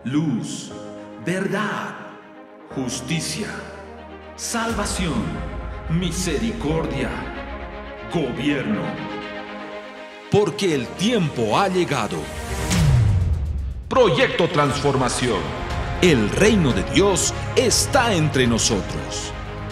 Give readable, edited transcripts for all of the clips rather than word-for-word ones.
luz, verdad, justicia, salvación, misericordia, gobierno. Porque el tiempo ha llegado. Proyecto Transformación. El reino de Dios está entre nosotros.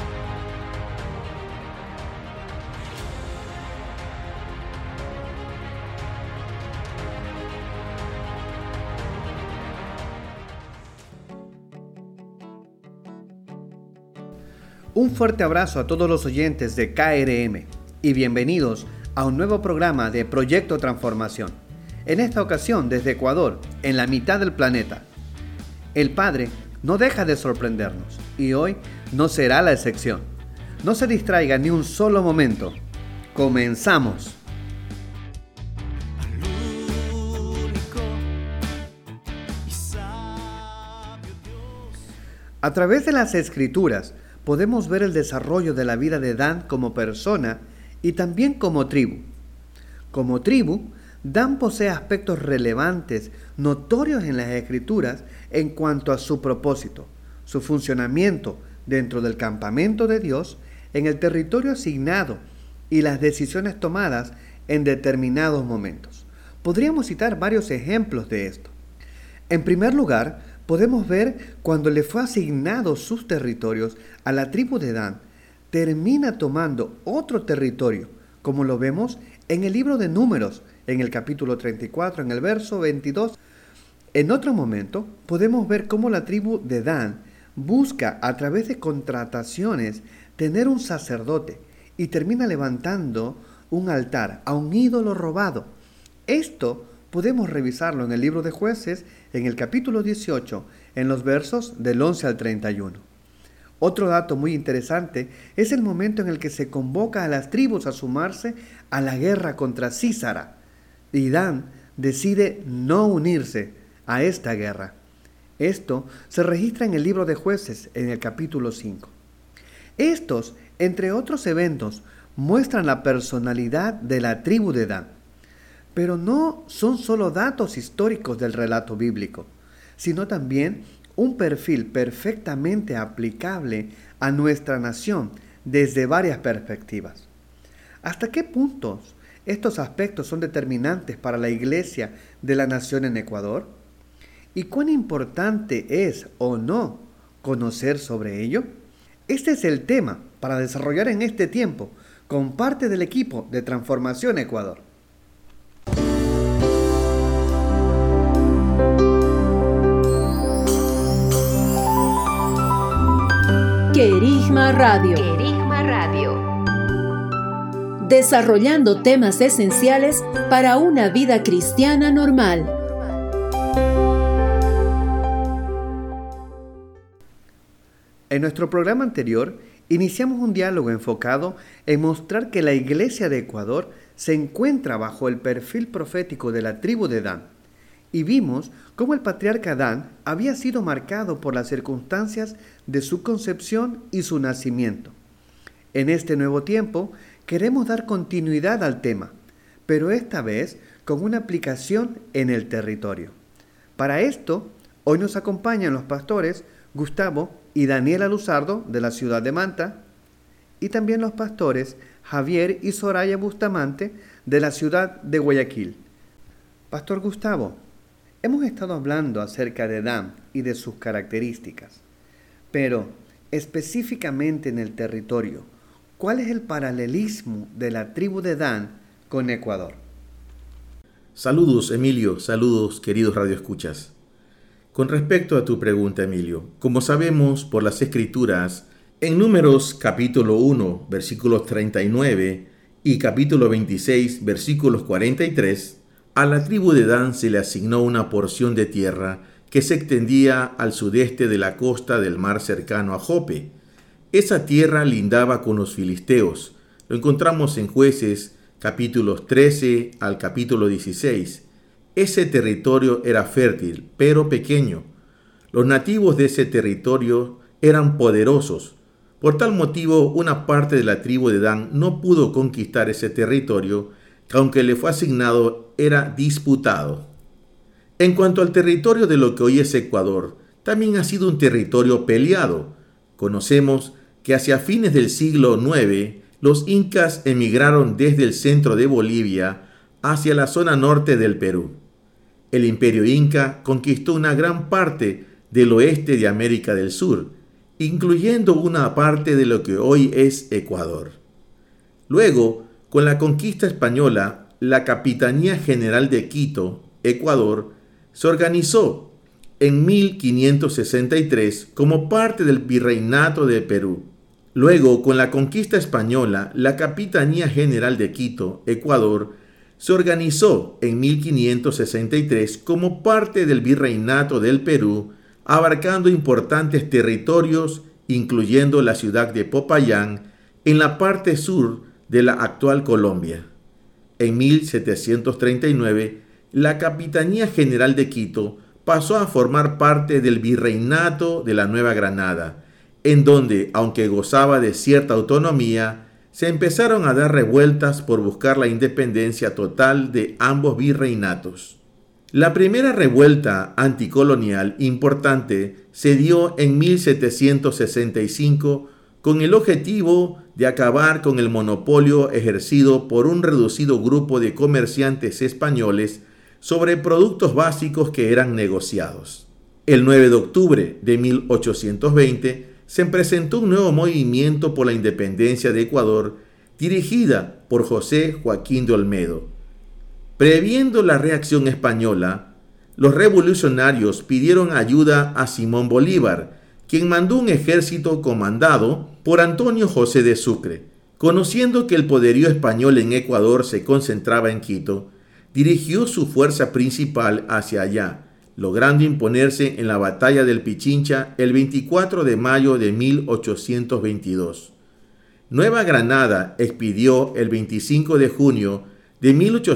Un fuerte abrazo a todos los oyentes de KRM y bienvenidos a un nuevo programa de Proyecto Transformación. En esta ocasión desde Ecuador, en la mitad del planeta. El Padre no deja de sorprendernos y hoy no será la excepción. No se distraiga ni un solo momento. ¡Comenzamos! A través de las Escrituras podemos ver el desarrollo de la vida de Dan como persona y también como tribu. Como tribu, Dan posee aspectos relevantes, notorios en las Escrituras en cuanto a su propósito, su funcionamiento dentro del campamento de Dios, en el territorio asignado y las decisiones tomadas en determinados momentos. Podríamos citar varios ejemplos de esto. En primer lugar, podemos ver cuando le fue asignado sus territorios a la tribu de Dan, termina tomando otro territorio, como lo vemos en el libro de Números, en el capítulo 34, en el verso 22. En otro momento, podemos ver cómo la tribu de Dan busca a través de contrataciones tener un sacerdote y termina levantando un altar a un ídolo robado. Esto podemos revisarlo en el libro de Jueces, en el capítulo 18, en los versos del 11 al 31. Otro dato muy interesante es el momento en el que se convoca a las tribus a sumarse a la guerra contra Sísara, y Dan decide no unirse a esta guerra. Esto se registra en el libro de Jueces, en el capítulo 5. Estos, entre otros eventos, muestran la personalidad de la tribu de Dan. Pero no son solo datos históricos del relato bíblico, sino también un perfil perfectamente aplicable a nuestra nación desde varias perspectivas. ¿Hasta qué puntos estos aspectos son determinantes para la iglesia de la nación en Ecuador? ¿Y cuán importante es o no conocer sobre ello? Este es el tema para desarrollar en este tiempo con parte del equipo de Transformación Ecuador. Querigma Radio. Desarrollando temas esenciales para una vida cristiana normal. En nuestro programa anterior, iniciamos un diálogo enfocado en mostrar que la Iglesia de Ecuador se encuentra bajo el perfil profético de la tribu de Dan. Y vimos cómo el patriarca Dan había sido marcado por las circunstancias de su concepción y su nacimiento. En este nuevo tiempo queremos dar continuidad al tema, pero esta vez con una aplicación en el territorio. Para esto, hoy nos acompañan los pastores Gustavo y Daniela Luzardo de la ciudad de Manta y también los pastores Javier y Soraya Bustamante de la ciudad de Guayaquil. Pastor Gustavo, hemos estado hablando acerca de Dan y de sus características, pero específicamente en el territorio, ¿cuál es el paralelismo de la tribu de Dan con Ecuador? Saludos, Emilio. Saludos, queridos radioescuchas. Con respecto a tu pregunta, Emilio, como sabemos por las Escrituras, en Números capítulo 1, versículos 39 y capítulo 26, versículos 43, a la tribu de Dan se le asignó una porción de tierra que se extendía al sudeste de la costa del mar cercano a Jope. Esa tierra lindaba con los filisteos. Lo encontramos en Jueces capítulos 13 al capítulo 16. Ese territorio era fértil, pero pequeño. Los nativos de ese territorio eran poderosos. Por tal motivo, una parte de la tribu de Dan no pudo conquistar ese territorio, que aunque le fue asignado, era disputado. En cuanto al territorio de lo que hoy es Ecuador, también ha sido un territorio peleado. Conocemos que hacia fines del siglo IX, los incas emigraron desde el centro de Bolivia hacia la zona norte del Perú. El imperio inca conquistó una gran parte del oeste de América del Sur, incluyendo una parte de lo que hoy es Ecuador. Luego, con la conquista española, la Capitanía General de Quito, Ecuador, se organizó en 1563 como parte del Virreinato de Perú. Luego, con la conquista española, la Capitanía General de Quito, Ecuador, se organizó en 1563 como parte del Virreinato del Perú, abarcando importantes territorios, incluyendo la ciudad de Popayán, en la parte sur de la actual Colombia. En 1739, la Capitanía General de Quito pasó a formar parte del Virreinato de la Nueva Granada, en donde, aunque gozaba de cierta autonomía, se empezaron a dar revueltas por buscar la independencia total de ambos virreinatos. La primera revuelta anticolonial importante se dio en 1765 con el objetivo de acabar con el monopolio ejercido por un reducido grupo de comerciantes españoles sobre productos básicos que eran negociados. El 9 de octubre de 1820 se presentó un nuevo movimiento por la independencia de Ecuador, dirigida por José Joaquín de Olmedo. Previendo la reacción española, los revolucionarios pidieron ayuda a Simón Bolívar, quien mandó un ejército comandado por Antonio José de Sucre. Conociendo que el poderío español en Ecuador se concentraba en Quito, dirigió su fuerza principal hacia allá, logrando imponerse en la batalla del Pichincha el 24 de mayo de 1822. Nueva Granada expidió el 25 de junio de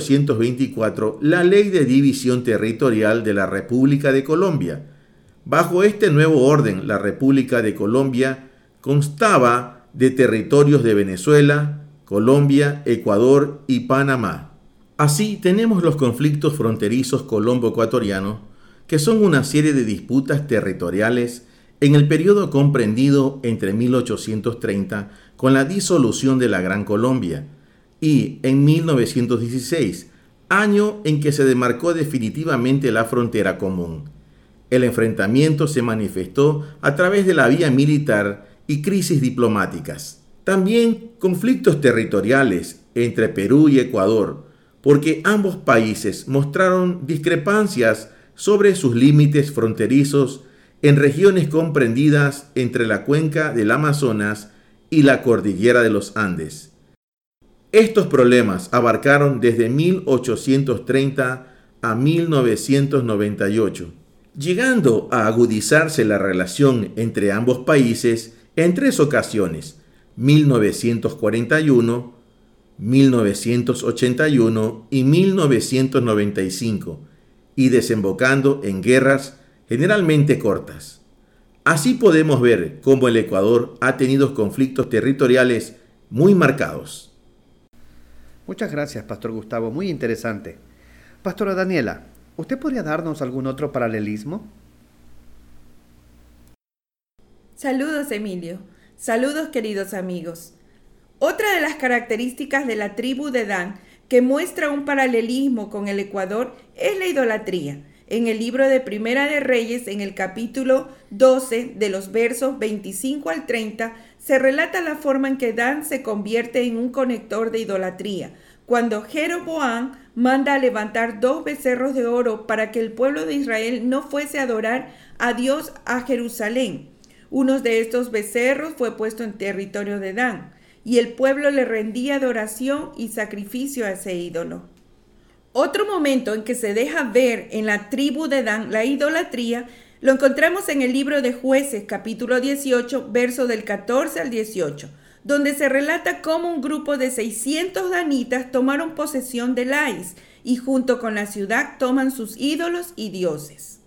1824 la Ley de División Territorial de la República de Colombia. Bajo este nuevo orden, la República de Colombia constaba de territorios de Venezuela, Colombia, Ecuador y Panamá. Así tenemos los conflictos fronterizos colombo-ecuatorianos, que son una serie de disputas territoriales en el periodo comprendido entre 1830 con la disolución de la Gran Colombia y en 1916, año en que se demarcó definitivamente la frontera común. El enfrentamiento se manifestó a través de la vía militar y crisis diplomáticas. También conflictos territoriales entre Perú y Ecuador, porque ambos países mostraron discrepancias sobre sus límites fronterizos en regiones comprendidas entre la cuenca del Amazonas y la cordillera de los Andes. Estos problemas abarcaron desde 1830 a 1998, llegando a agudizarse la relación entre ambos países en tres ocasiones: 1941, 1981 y 1995, y desembocando en guerras generalmente cortas. Así podemos ver cómo el Ecuador ha tenido conflictos territoriales muy marcados. Muchas gracias, Pastor Gustavo, muy interesante. Pastora Daniela, ¿usted podría darnos algún otro paralelismo? Saludos, Emilio. Saludos, queridos amigos. Otra de las características de la tribu de Dan que muestra un paralelismo con el Ecuador es la idolatría. En el libro de Primera de Reyes, en el capítulo 12, de los versos 25 al 30, se relata la forma en que Dan se convierte en un conector de idolatría, cuando Jeroboam manda a levantar 2 becerros de oro para que el pueblo de Israel no fuese a adorar a Dios a Jerusalén. Uno de estos becerros fue puesto en territorio de Dan, y el pueblo le rendía adoración y sacrificio a ese ídolo. Otro momento en que se deja ver en la tribu de Dan la idolatría lo encontramos en el libro de Jueces, capítulo 18, versos del 14 al 18, donde se relata cómo un grupo de 600 danitas tomaron posesión de Lais y junto con la ciudad toman sus ídolos y dioses.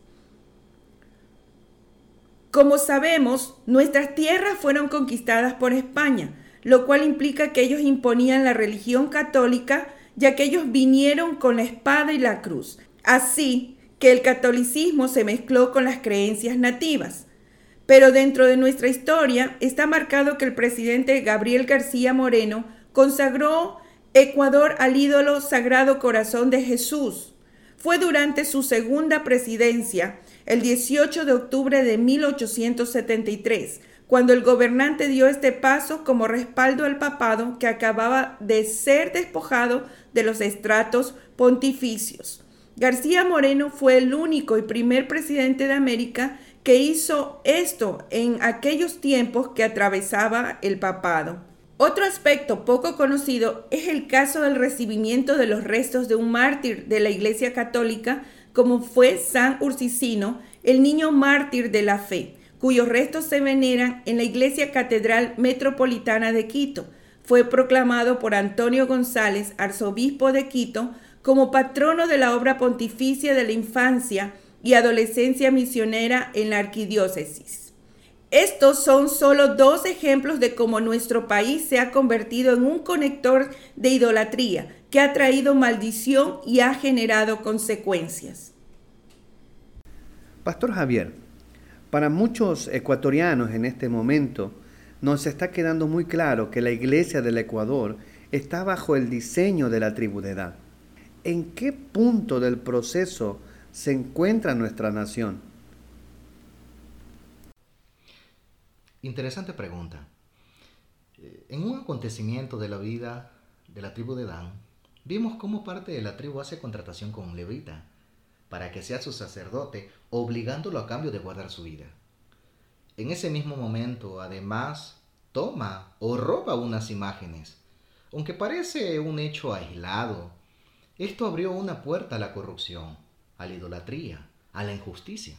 Como sabemos, nuestras tierras fueron conquistadas por España, lo cual implica que ellos imponían la religión católica, ya que ellos vinieron con la espada y la cruz. Así que el catolicismo se mezcló con las creencias nativas. Pero dentro de nuestra historia está marcado que el presidente Gabriel García Moreno consagró Ecuador al ídolo Sagrado Corazón de Jesús. Fue durante su segunda presidencia, el 18 de octubre de 1873, cuando el gobernante dio este paso como respaldo al papado que acababa de ser despojado de los estratos pontificios. García Moreno fue el único y primer presidente de América que hizo esto en aquellos tiempos que atravesaba el papado. Otro aspecto poco conocido es el caso del recibimiento de los restos de un mártir de la Iglesia Católica, como fue San Ursicino, el niño mártir de la fe, cuyos restos se veneran en la Iglesia Catedral Metropolitana de Quito. Fue proclamado por Antonio González, arzobispo de Quito, como patrono de la obra pontificia de la infancia y adolescencia misionera en la arquidiócesis. Estos son solo 2 ejemplos de cómo nuestro país se ha convertido en un conector de idolatría que ha traído maldición y ha generado consecuencias. Pastor Javier, para muchos ecuatorianos en este momento nos está quedando muy claro que la Iglesia del Ecuador está bajo el diseño de la tribu de Dan. ¿En qué punto del proceso se encuentra nuestra nación? Interesante pregunta. En un acontecimiento de la vida de la tribu de Dan, vimos cómo parte de la tribu hace contratación con un levita para que sea su sacerdote, obligándolo a cambio de guardar su vida. En ese mismo momento, además, toma o roba unas imágenes. Aunque parece un hecho aislado, esto abrió una puerta a la corrupción, a la idolatría, a la injusticia.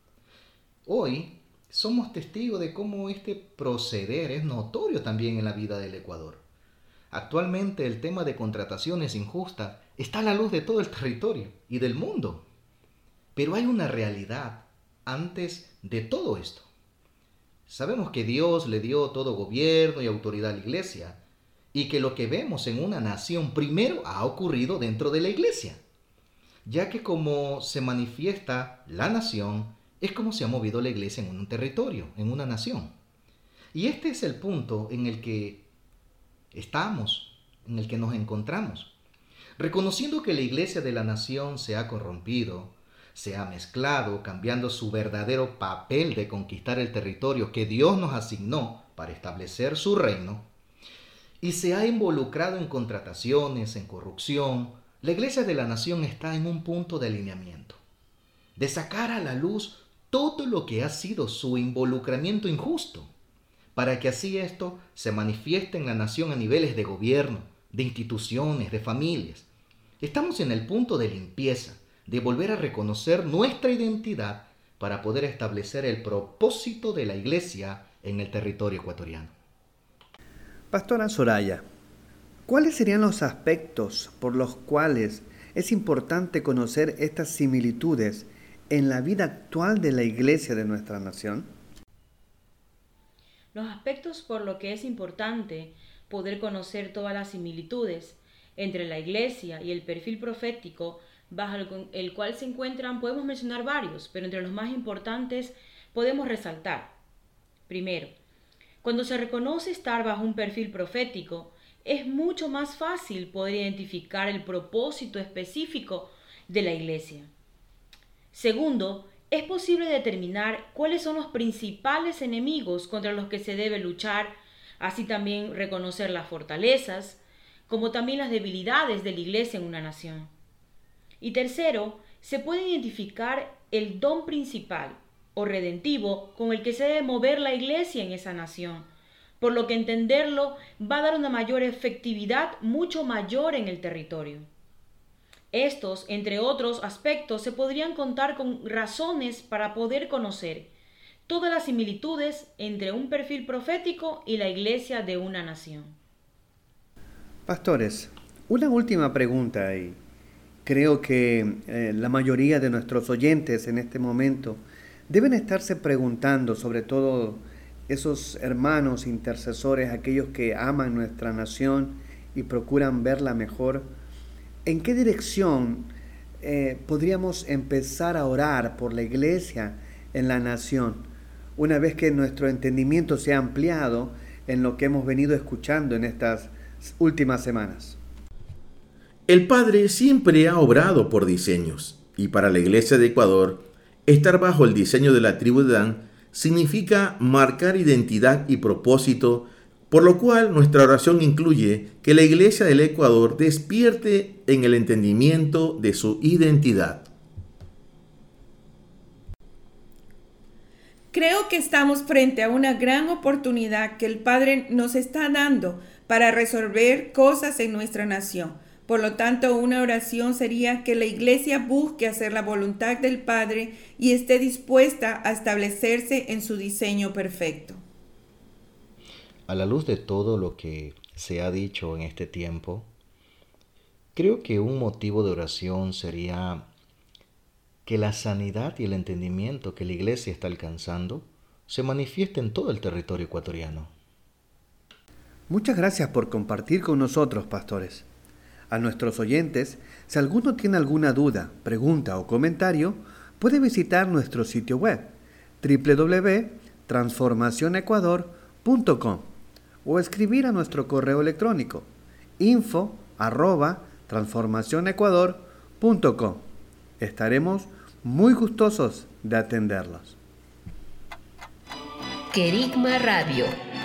Hoy somos testigos de cómo este proceder es notorio también en la vida del Ecuador. Actualmente el tema de contrataciones injustas está a la luz de todo el territorio y del mundo. Pero hay una realidad antes de todo esto. Sabemos que Dios le dio todo gobierno y autoridad a la iglesia y que lo que vemos en una nación primero ha ocurrido dentro de la iglesia, ya que como se manifiesta la nación es como se ha movido la iglesia en un territorio, en una nación. Y este es el punto en el que estamos, en el que nos encontramos, reconociendo que la iglesia de la nación se ha corrompido, se ha mezclado, cambiando su verdadero papel de conquistar el territorio que Dios nos asignó para establecer su reino, y se ha involucrado en contrataciones, en corrupción. La iglesia de la nación está en un punto de alineamiento, de sacar a la luz todo lo que ha sido su involucramiento injusto, para que así esto se manifieste en la nación a niveles de gobierno, de instituciones, de familias. Estamos en el punto de limpieza, de volver a reconocer nuestra identidad para poder establecer el propósito de la iglesia en el territorio ecuatoriano. Pastora Soraya, ¿cuáles serían los aspectos por los cuales es importante conocer estas similitudes en la vida actual de la iglesia de nuestra nación? Los aspectos por los que es importante poder conocer todas las similitudes entre la iglesia y el perfil profético bajo el cual se encuentran, podemos mencionar varios, pero entre los más importantes podemos resaltar. Primero, cuando se reconoce estar bajo un perfil profético, es mucho más fácil poder identificar el propósito específico de la iglesia. Segundo, es posible determinar cuáles son los principales enemigos contra los que se debe luchar, así también reconocer las fortalezas, como también las debilidades de la iglesia en una nación. Y tercero, se puede identificar el don principal o redentivo con el que se debe mover la iglesia en esa nación, por lo que entenderlo va a dar una mayor efectividad mucho mayor en el territorio. Estos, entre otros aspectos, se podrían contar con razones para poder conocer todas las similitudes entre un perfil profético y la iglesia de una nación. Pastores, una última pregunta ahí. Creo que la mayoría de nuestros oyentes en este momento deben estarse preguntando, sobre todo esos hermanos intercesores, aquellos que aman nuestra nación y procuran verla mejor, ¿en qué dirección podríamos empezar a orar por la iglesia en la nación, una vez que nuestro entendimiento sea ampliado en lo que hemos venido escuchando en estas últimas semanas. El Padre siempre ha obrado por diseños, y para la Iglesia de Ecuador, estar bajo el diseño de la tribu de Dan significa marcar identidad y propósito, por lo cual nuestra oración incluye que la Iglesia del Ecuador despierte en el entendimiento de su identidad. Creo que estamos frente a una gran oportunidad que el Padre nos está dando para resolver cosas en nuestra nación. Por lo tanto, una oración sería que la Iglesia busque hacer la voluntad del Padre y esté dispuesta a establecerse en su diseño perfecto. A la luz de todo lo que se ha dicho en este tiempo, creo que un motivo de oración sería que la sanidad y el entendimiento que la Iglesia está alcanzando se manifieste en todo el territorio ecuatoriano. Muchas gracias por compartir con nosotros, pastores. A nuestros oyentes, si alguno tiene alguna duda, pregunta o comentario, puede visitar nuestro sitio web www.transformacionecuador.com o escribir a nuestro correo electrónico info@transformacionecuador.com. Estaremos muy gustosos de atenderlos. Querigma Radio.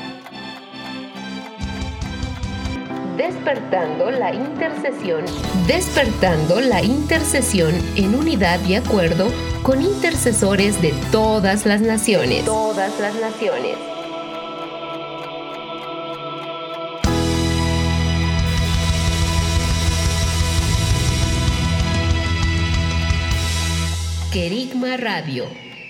Despertando la intercesión. Despertando la intercesión en unidad y acuerdo con intercesores de todas las naciones. Todas las naciones. Querigma Radio.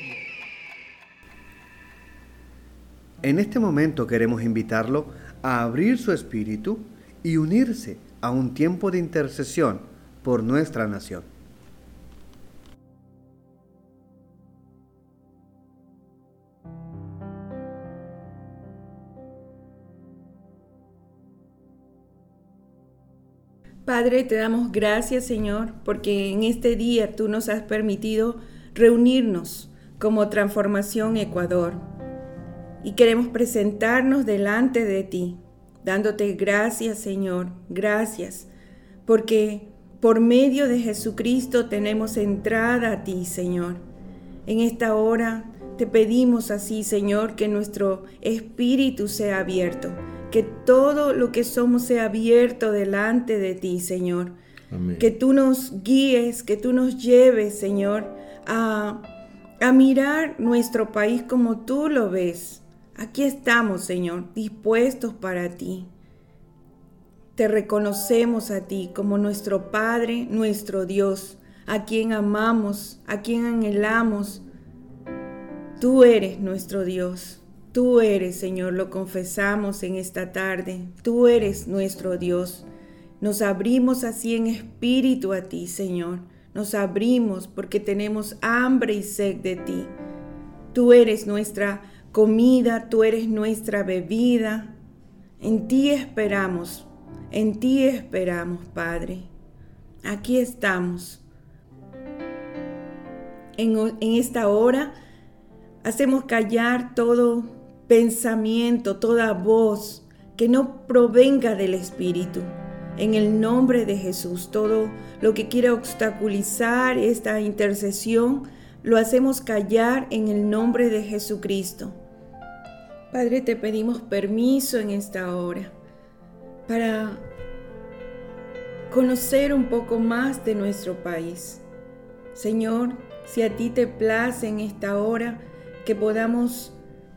En este momento queremos invitarlo a abrir su espíritu y unirse a un tiempo de intercesión por nuestra nación. Padre, te damos gracias, Señor, porque en este día tú nos has permitido reunirnos como Transformación Ecuador. Y queremos presentarnos delante de ti, dándote gracias, Señor, gracias, porque por medio de Jesucristo tenemos entrada a ti, Señor. En esta hora te pedimos así, Señor, que nuestro espíritu sea abierto, que todo lo que somos sea abierto delante de ti, Señor. Amén. Que tú nos guíes, que tú nos lleves, Señor, a mirar nuestro país como tú lo ves. Aquí estamos, Señor, dispuestos para ti. Te reconocemos a ti como nuestro Padre, nuestro Dios, a quien amamos, a quien anhelamos. Tú eres nuestro Dios. Tú eres, Señor, lo confesamos en esta tarde. Tú eres nuestro Dios. Nos abrimos así en espíritu a ti, Señor. Nos abrimos porque tenemos hambre y sed de ti. Tú eres nuestra comida, tú eres nuestra bebida. En ti esperamos, Padre. Aquí estamos. En esta hora hacemos callar todo pensamiento, toda voz que no provenga del Espíritu. En el nombre de Jesús, todo lo que quiera obstaculizar esta intercesión, lo hacemos callar en el nombre de Jesucristo. Padre, te pedimos permiso en esta hora para conocer un poco más de nuestro país. Señor, si a ti te place en esta hora que podamos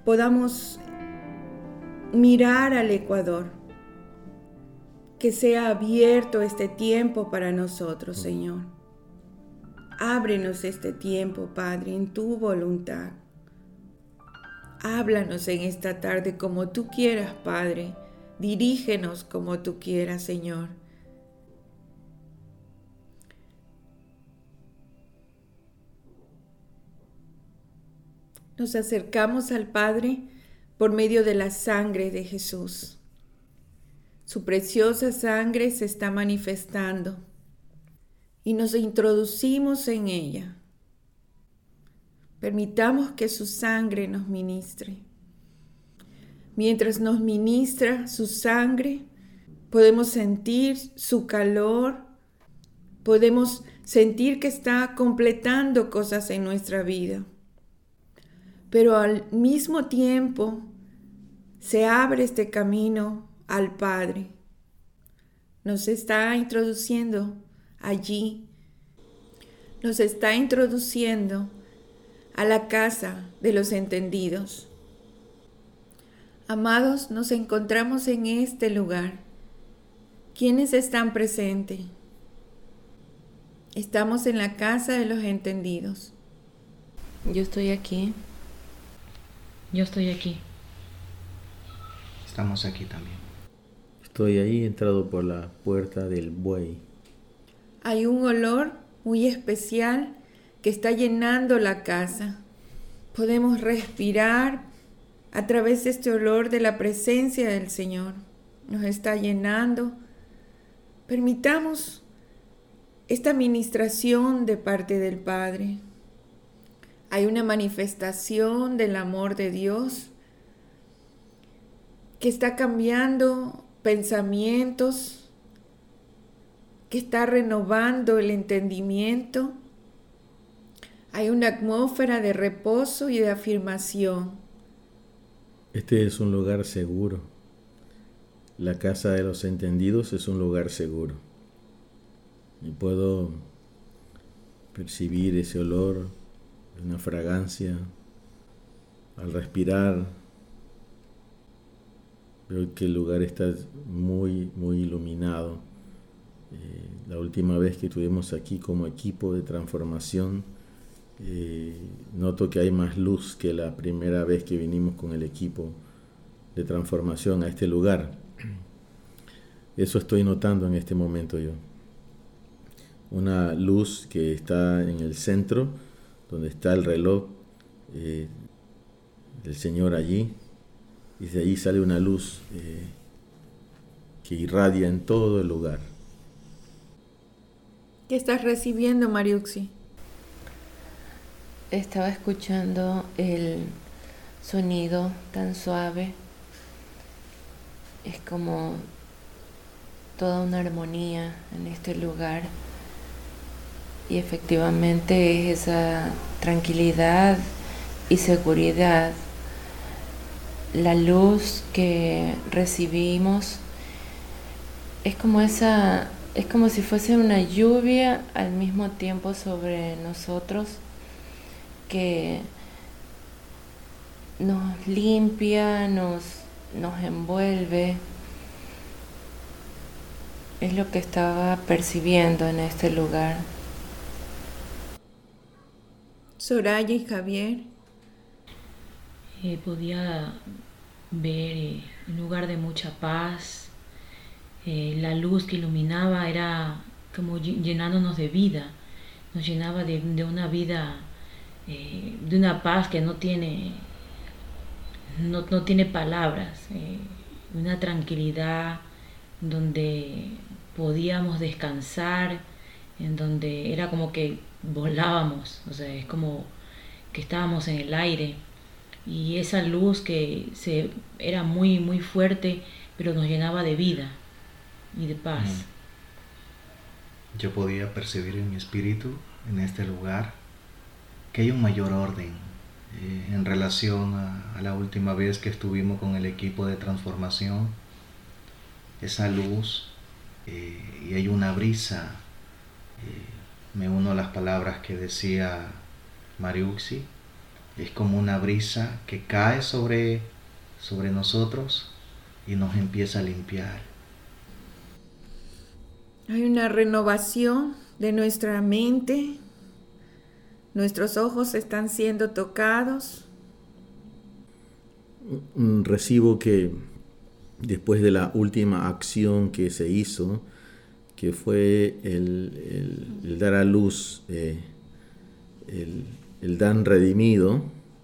mirar al Ecuador, que sea abierto este tiempo para nosotros, Señor. Ábrenos este tiempo, Padre, en tu voluntad. Háblanos en esta tarde como tú quieras, Padre. Dirígenos como tú quieras, Señor. Nos acercamos al Padre por medio de la sangre de Jesús. Su preciosa sangre se está manifestando. y nos introducimos en ella. Permitamos que su sangre nos ministre. Mientras nos ministra su sangre, podemos sentir su calor, podemos sentir que está completando cosas en nuestra vida. Pero al mismo tiempo se abre este camino al Padre. Nos está introduciendo allí, nos está introduciendo a la casa de los entendidos. Amados, nos encontramos en este lugar. ¿Quiénes están presentes? Estamos en la casa de los entendidos. Yo estoy aquí. Yo estoy aquí. Estamos aquí también. Estoy ahí entrado por la puerta del buey. Hay un olor muy especial que está llenando la casa. Podemos respirar a través de este olor de la presencia del Señor. Nos está llenando. Permitamos esta ministración de parte del Padre. Hay una manifestación del amor de Dios que está cambiando pensamientos, que está renovando el entendimiento. Hay una atmósfera de reposo y de afirmación. Este es un lugar seguro. La casa de los entendidos es un lugar seguro. Y puedo percibir ese olor, una fragancia. Al respirar, veo que el lugar está muy, muy iluminado. La última vez que estuvimos aquí como equipo de transformación, noto que hay más luz que la primera vez que vinimos con el equipo de transformación a este lugar. Eso estoy notando en este momento yo. Una luz que está en el centro, donde está el reloj del Señor allí, y de ahí sale una luz que irradia en todo el lugar. ¿Qué estás recibiendo, Mariuxi? Estaba escuchando el sonido tan suave. Es como toda una armonía en este lugar. Y efectivamente es esa tranquilidad y seguridad. La luz que recibimos es como si fuese una lluvia al mismo tiempo sobre nosotros, que nos limpia, nos envuelve. Es lo que estaba percibiendo en este lugar. Soraya y Javier. Podía ver un lugar de mucha paz. La luz que iluminaba era como llenándonos de vida. Nos llenaba de una vida, de una paz que no tiene palabras. Una tranquilidad donde podíamos descansar, en donde era como que volábamos, o sea, es como que estábamos en el aire, y esa luz que era muy, muy fuerte, pero nos llenaba de vida y de paz. Yo podía percibir en mi espíritu, en este lugar, que hay un mayor orden en relación a la última vez que estuvimos con el equipo de transformación. Esa luz, y hay una brisa. Me uno a las palabras que decía Mariuxi. Es como una brisa que cae sobre nosotros y nos empieza a limpiar. Hay una renovación de nuestra mente. Nuestros ojos están siendo tocados. Recibo que después de la última acción que se hizo, que fue el dar a luz, el Dan redimido,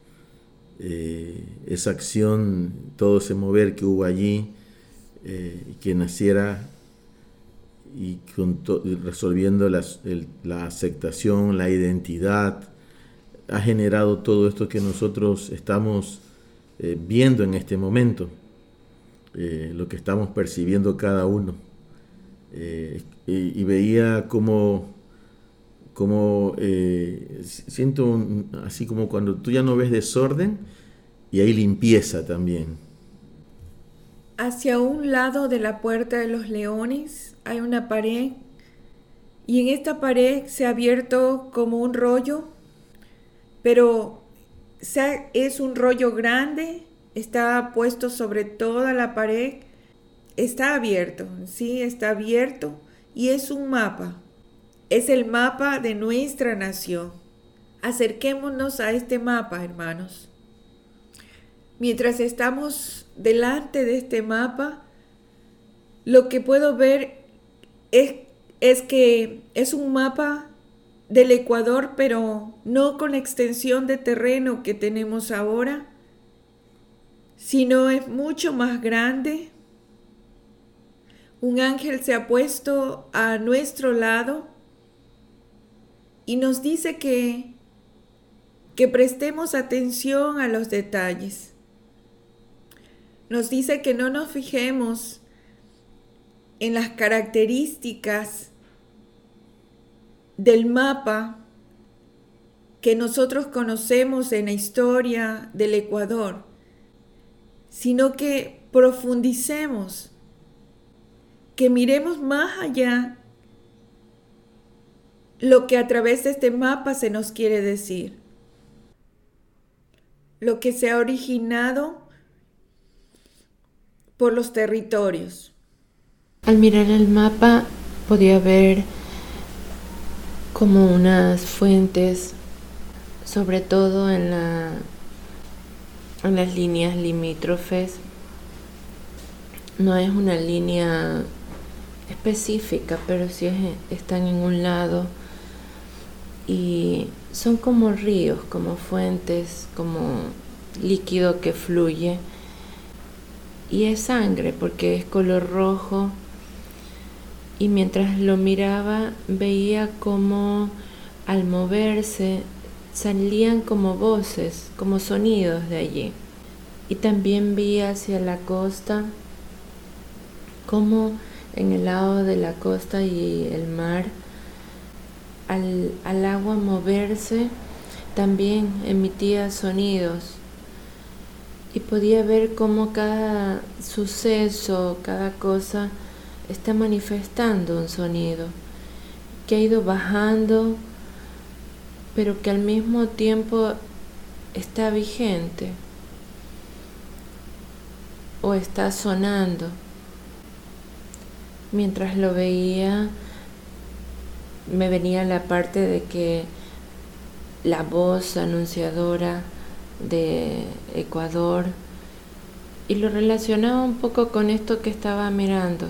esa acción, todo ese mover que hubo allí, que naciera y resolviendo la aceptación, la identidad, ha generado todo esto que nosotros estamos viendo en este momento, lo que estamos percibiendo cada uno. Y veía como siento así como cuando tú ya no ves desorden y hay limpieza también. Hacia un lado de la Puerta de los Leones hay una pared y en esta pared se ha abierto como un rollo, pero es un rollo grande, está puesto sobre toda la pared, está abierto, sí, está abierto y es un mapa. Es el mapa de nuestra nación. Acerquémonos a este mapa, hermanos. Mientras estamos delante de este mapa, lo que puedo ver es que es un mapa del Ecuador, pero no con la extensión de terreno que tenemos ahora, sino es mucho más grande. Un ángel se ha puesto a nuestro lado y nos dice que prestemos atención a los detalles. Nos dice que no nos fijemos en las características del mapa que nosotros conocemos en la historia del Ecuador, sino que profundicemos, que miremos más allá lo que a través de este mapa se nos quiere decir, lo que se ha originado por los territorios. Al mirar el mapa podía ver como unas fuentes, sobre todo en las líneas limítrofes. No es una línea específica, pero sí están en un lado. Y son como ríos, como fuentes, como líquido que fluye. Y es sangre porque es color rojo. Y mientras lo miraba veía como al moverse salían como voces, como sonidos de allí. Y también vi hacia la costa como en el lado de la costa y el mar, al agua moverse, también emitía sonidos. Y podía ver cómo cada suceso, cada cosa está manifestando un sonido que ha ido bajando, pero que al mismo tiempo está vigente o está sonando. Mientras lo veía, me venía la parte de que la voz anunciadora de Ecuador, y lo relacionaba un poco con esto que estaba mirando.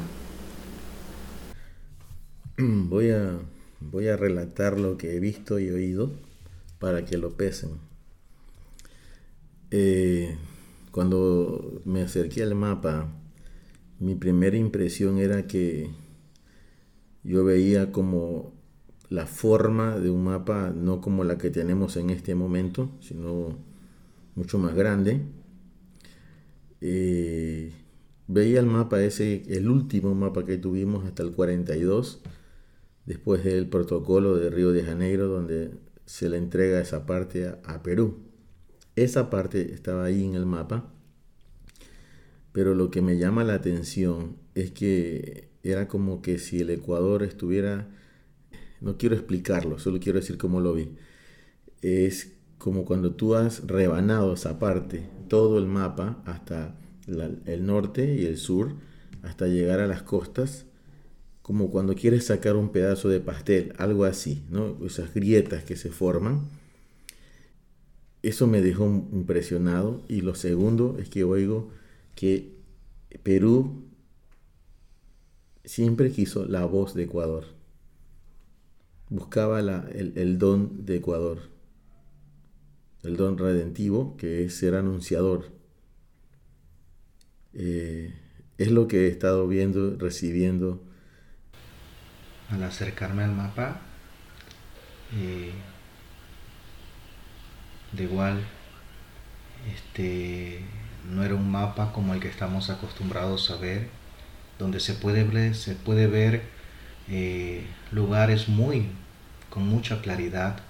Voy a relatar lo que he visto y oído para que lo pesen. Cuando me acerqué al mapa, mi primera impresión era que yo veía como la forma de un mapa, no como la que tenemos en este momento, sino mucho más grande. Veía el mapa ese, el último mapa que tuvimos hasta el 42, después del protocolo de Río de Janeiro, donde se le entrega esa parte a Perú. Esa parte estaba ahí en el mapa, pero lo que me llama la atención es que era como que si el Ecuador estuviera, no quiero explicarlo, solo quiero decir cómo lo vi. Es como cuando tú has rebanado esa parte, todo el mapa, hasta el norte y el sur, hasta llegar a las costas, como cuando quieres sacar un pedazo de pastel, algo así, ¿no? Esas grietas que se forman. Eso me dejó impresionado. Y lo segundo es que oigo que Perú siempre quiso la voz de Ecuador. Buscaba el don de Ecuador, el don redentivo, que es ser anunciador. Es lo que he estado viendo, recibiendo Al acercarme al mapa, de igual, no era un mapa como el que estamos acostumbrados a ver, donde se puede ver lugares con mucha claridad,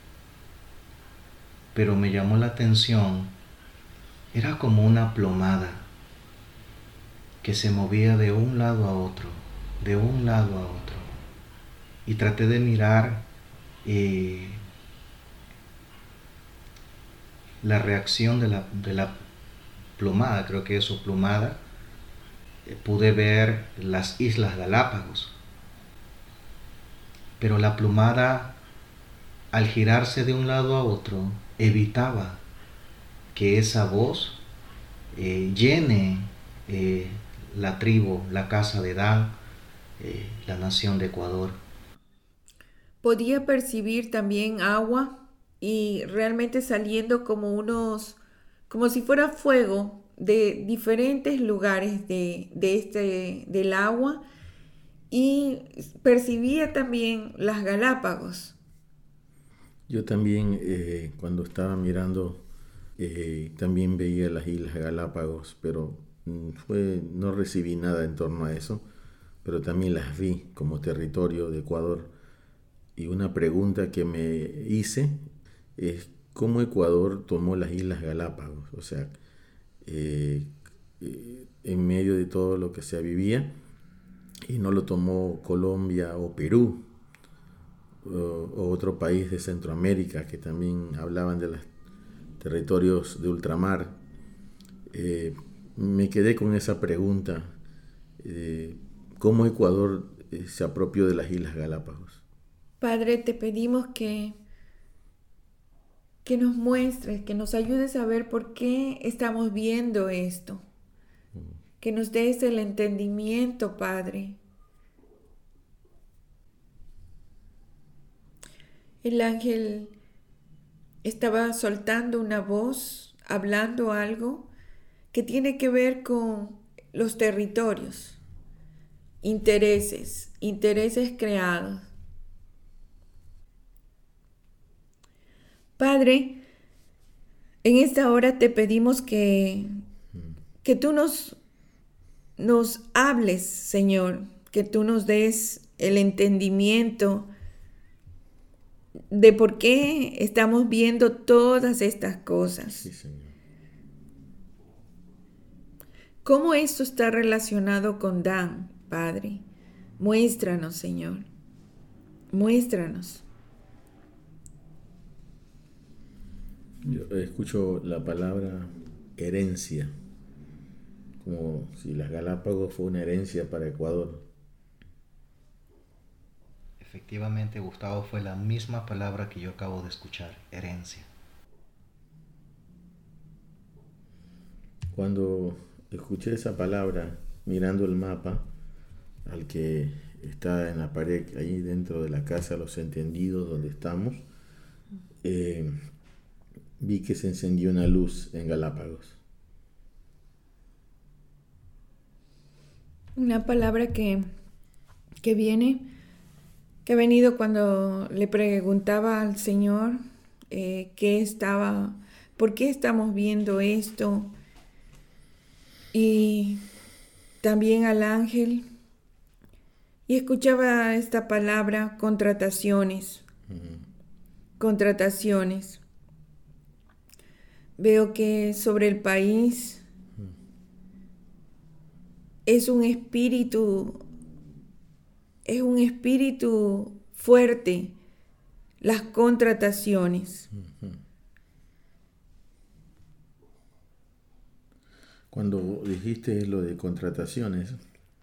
pero me llamó la atención, era como una plomada que se movía de un lado a otro, de un lado a otro, y traté de mirar la reacción de la plomada, creo que eso, plomada. Pude ver las Islas Galápagos, pero la plomada, al girarse de un lado a otro, evitaba que esa voz llene la tribu, la casa de Dan, la nación de Ecuador. Podía percibir también agua y realmente saliendo como si fuera fuego de diferentes lugares del agua, y percibía también las Galápagos. Yo también, cuando estaba mirando, también veía las Islas Galápagos, pero no recibí nada en torno a eso, pero también las vi como territorio de Ecuador. Y una pregunta que me hice es cómo Ecuador tomó las Islas Galápagos, o sea, en medio de todo lo que se vivía, y no lo tomó Colombia o Perú o otro país de Centroamérica que también hablaban de los territorios de ultramar. Me quedé con esa pregunta, ¿cómo Ecuador se apropió de las Islas Galápagos? Padre, te pedimos que nos muestres, que nos ayudes a ver por qué estamos viendo esto. Que nos des el entendimiento, Padre. El ángel estaba soltando una voz, hablando algo que tiene que ver con los territorios, intereses creados. Padre, en esta hora te pedimos que tú nos hables, Señor, que tú nos des el entendimiento de por qué estamos viendo todas estas cosas. Sí, Señor. ¿Cómo esto está relacionado con Dan, Padre? Muéstranos, Señor. Muéstranos. Yo escucho la palabra herencia, como si las Galápagos fue una herencia para Ecuador. Efectivamente, Gustavo, fue la misma palabra que yo acabo de escuchar, herencia. Cuando escuché esa palabra, mirando el mapa, al que está en la pared, ahí dentro de la casa Los Entendidos, donde estamos, vi que se encendió una luz en Galápagos. Una palabra que ha venido cuando le preguntaba al Señor por qué estamos viendo esto, y también al ángel, y escuchaba esta palabra, contrataciones. Contrataciones. Veo que sobre el país es un espíritu fuerte, las contrataciones. Cuando dijiste lo de contrataciones,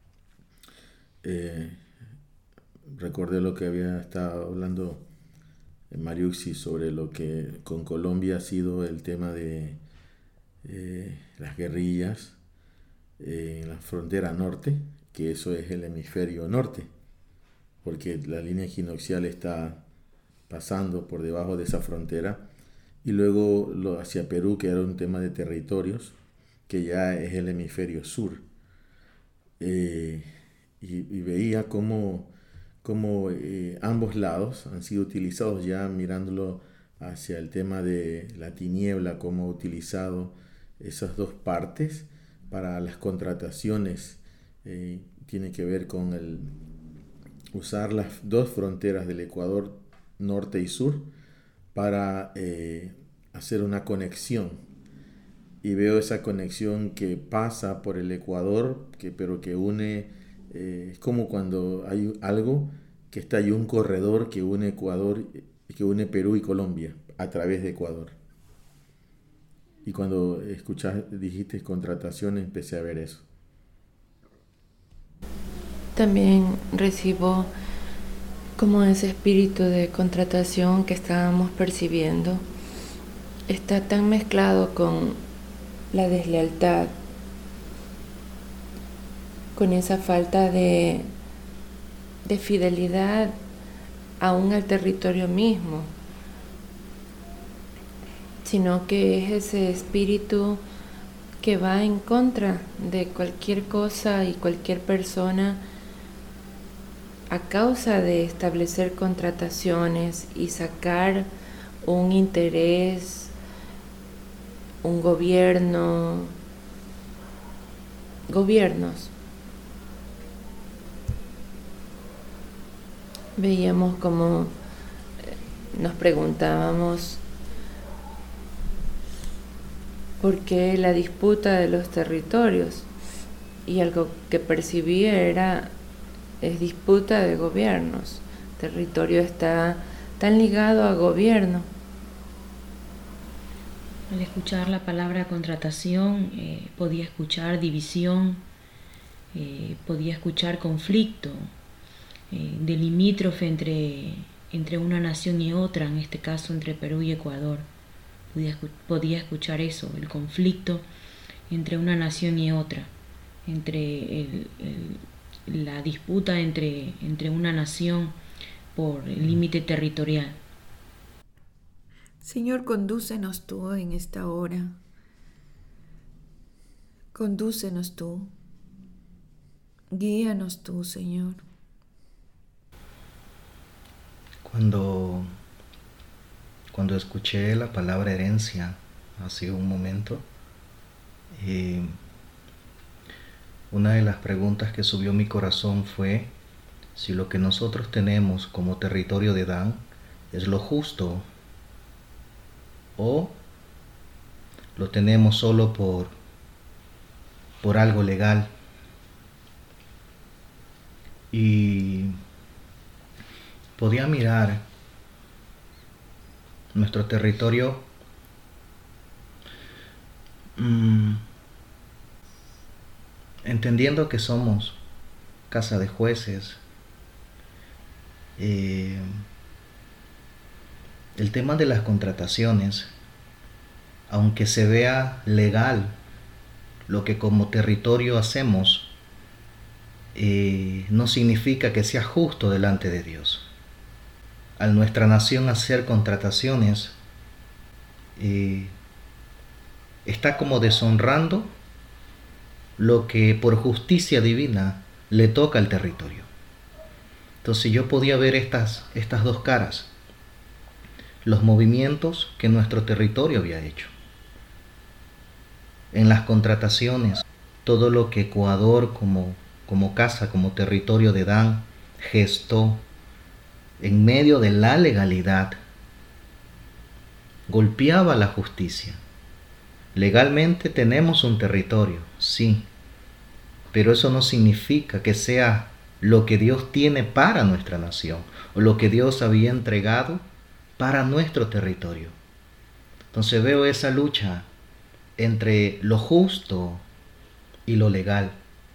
recordé lo que había estado hablando Mariuxi sobre lo que con Colombia ha sido el tema de las guerrillas en la frontera norte, que eso es el hemisferio norte, porque la línea equinoccial está pasando por debajo de esa frontera, y luego hacia Perú, que era un tema de territorios, que ya es el hemisferio sur. Y veía cómo como ambos lados han sido utilizados, ya mirándolo hacia el tema de la tiniebla, cómo ha utilizado esas dos partes para las contrataciones. Tiene que ver con usar las dos fronteras del Ecuador, norte y sur, para hacer una conexión. Y veo esa conexión que pasa por el Ecuador, pero que une, es como cuando hay algo que está ahí, un corredor que une Ecuador, que une Perú y Colombia a través de Ecuador. Y cuando dijiste contratación, empecé a ver eso. También recibo como ese espíritu de contratación que estábamos percibiendo está tan mezclado con la deslealtad, con esa falta de fidelidad aún al territorio mismo, sino que es ese espíritu que va en contra de cualquier cosa y cualquier persona a causa de establecer contrataciones y sacar un interés, un gobiernos. Veíamos como nos preguntábamos por qué la disputa de los territorios, y algo que percibía es disputa de gobiernos. El territorio está tan ligado a gobierno. Al escuchar la palabra contratación, podía escuchar división, podía escuchar conflicto, de limítrofe entre una nación y otra, en este caso entre Perú y Ecuador. Podía escuchar eso, el conflicto entre una nación y otra, entre la disputa entre una nación por el límite territorial. Señor, condúcenos tú en esta hora. Condúcenos tú. Guíanos tú, Señor. Cuando escuché la palabra herencia hace un momento, una de las preguntas que subió mi corazón fue si lo que nosotros tenemos como territorio de Dan es lo justo o lo tenemos solo por algo legal. Y podía mirar nuestro territorio entendiendo que somos casa de jueces. El tema de las contrataciones, aunque se vea legal lo que como territorio hacemos, no significa que sea justo delante de Dios. Al nuestra nación hacer contrataciones, está como deshonrando lo que por justicia divina le toca al territorio. Entonces yo podía ver estas dos caras, los movimientos que nuestro territorio había hecho. En las contrataciones, todo lo que Ecuador como casa, como territorio de Dan, gestó en medio de la legalidad, golpeaba la justicia. Legalmente tenemos un territorio, sí, pero eso no significa que sea lo que Dios tiene para nuestra nación o lo que Dios había entregado para nuestro territorio. Entonces veo esa lucha entre lo justo y lo legal.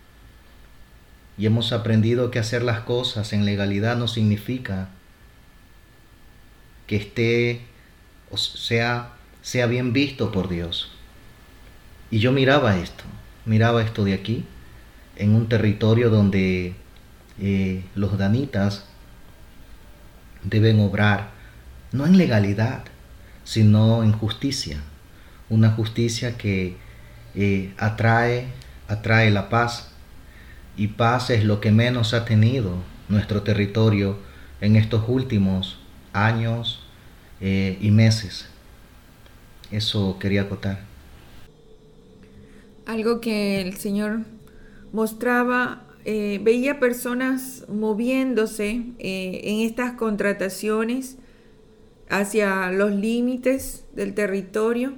Y hemos aprendido que hacer las cosas en legalidad no significa que esté o sea bien visto por Dios. Y yo miraba esto de aquí, en un territorio donde los danitas deben obrar no en legalidad, sino en justicia. Una justicia que atrae la paz, y paz es lo que menos ha tenido nuestro territorio en estos últimos años y meses. Eso quería acotar. Algo que el Señor mostraba, veía personas moviéndose en estas contrataciones hacia los límites del territorio,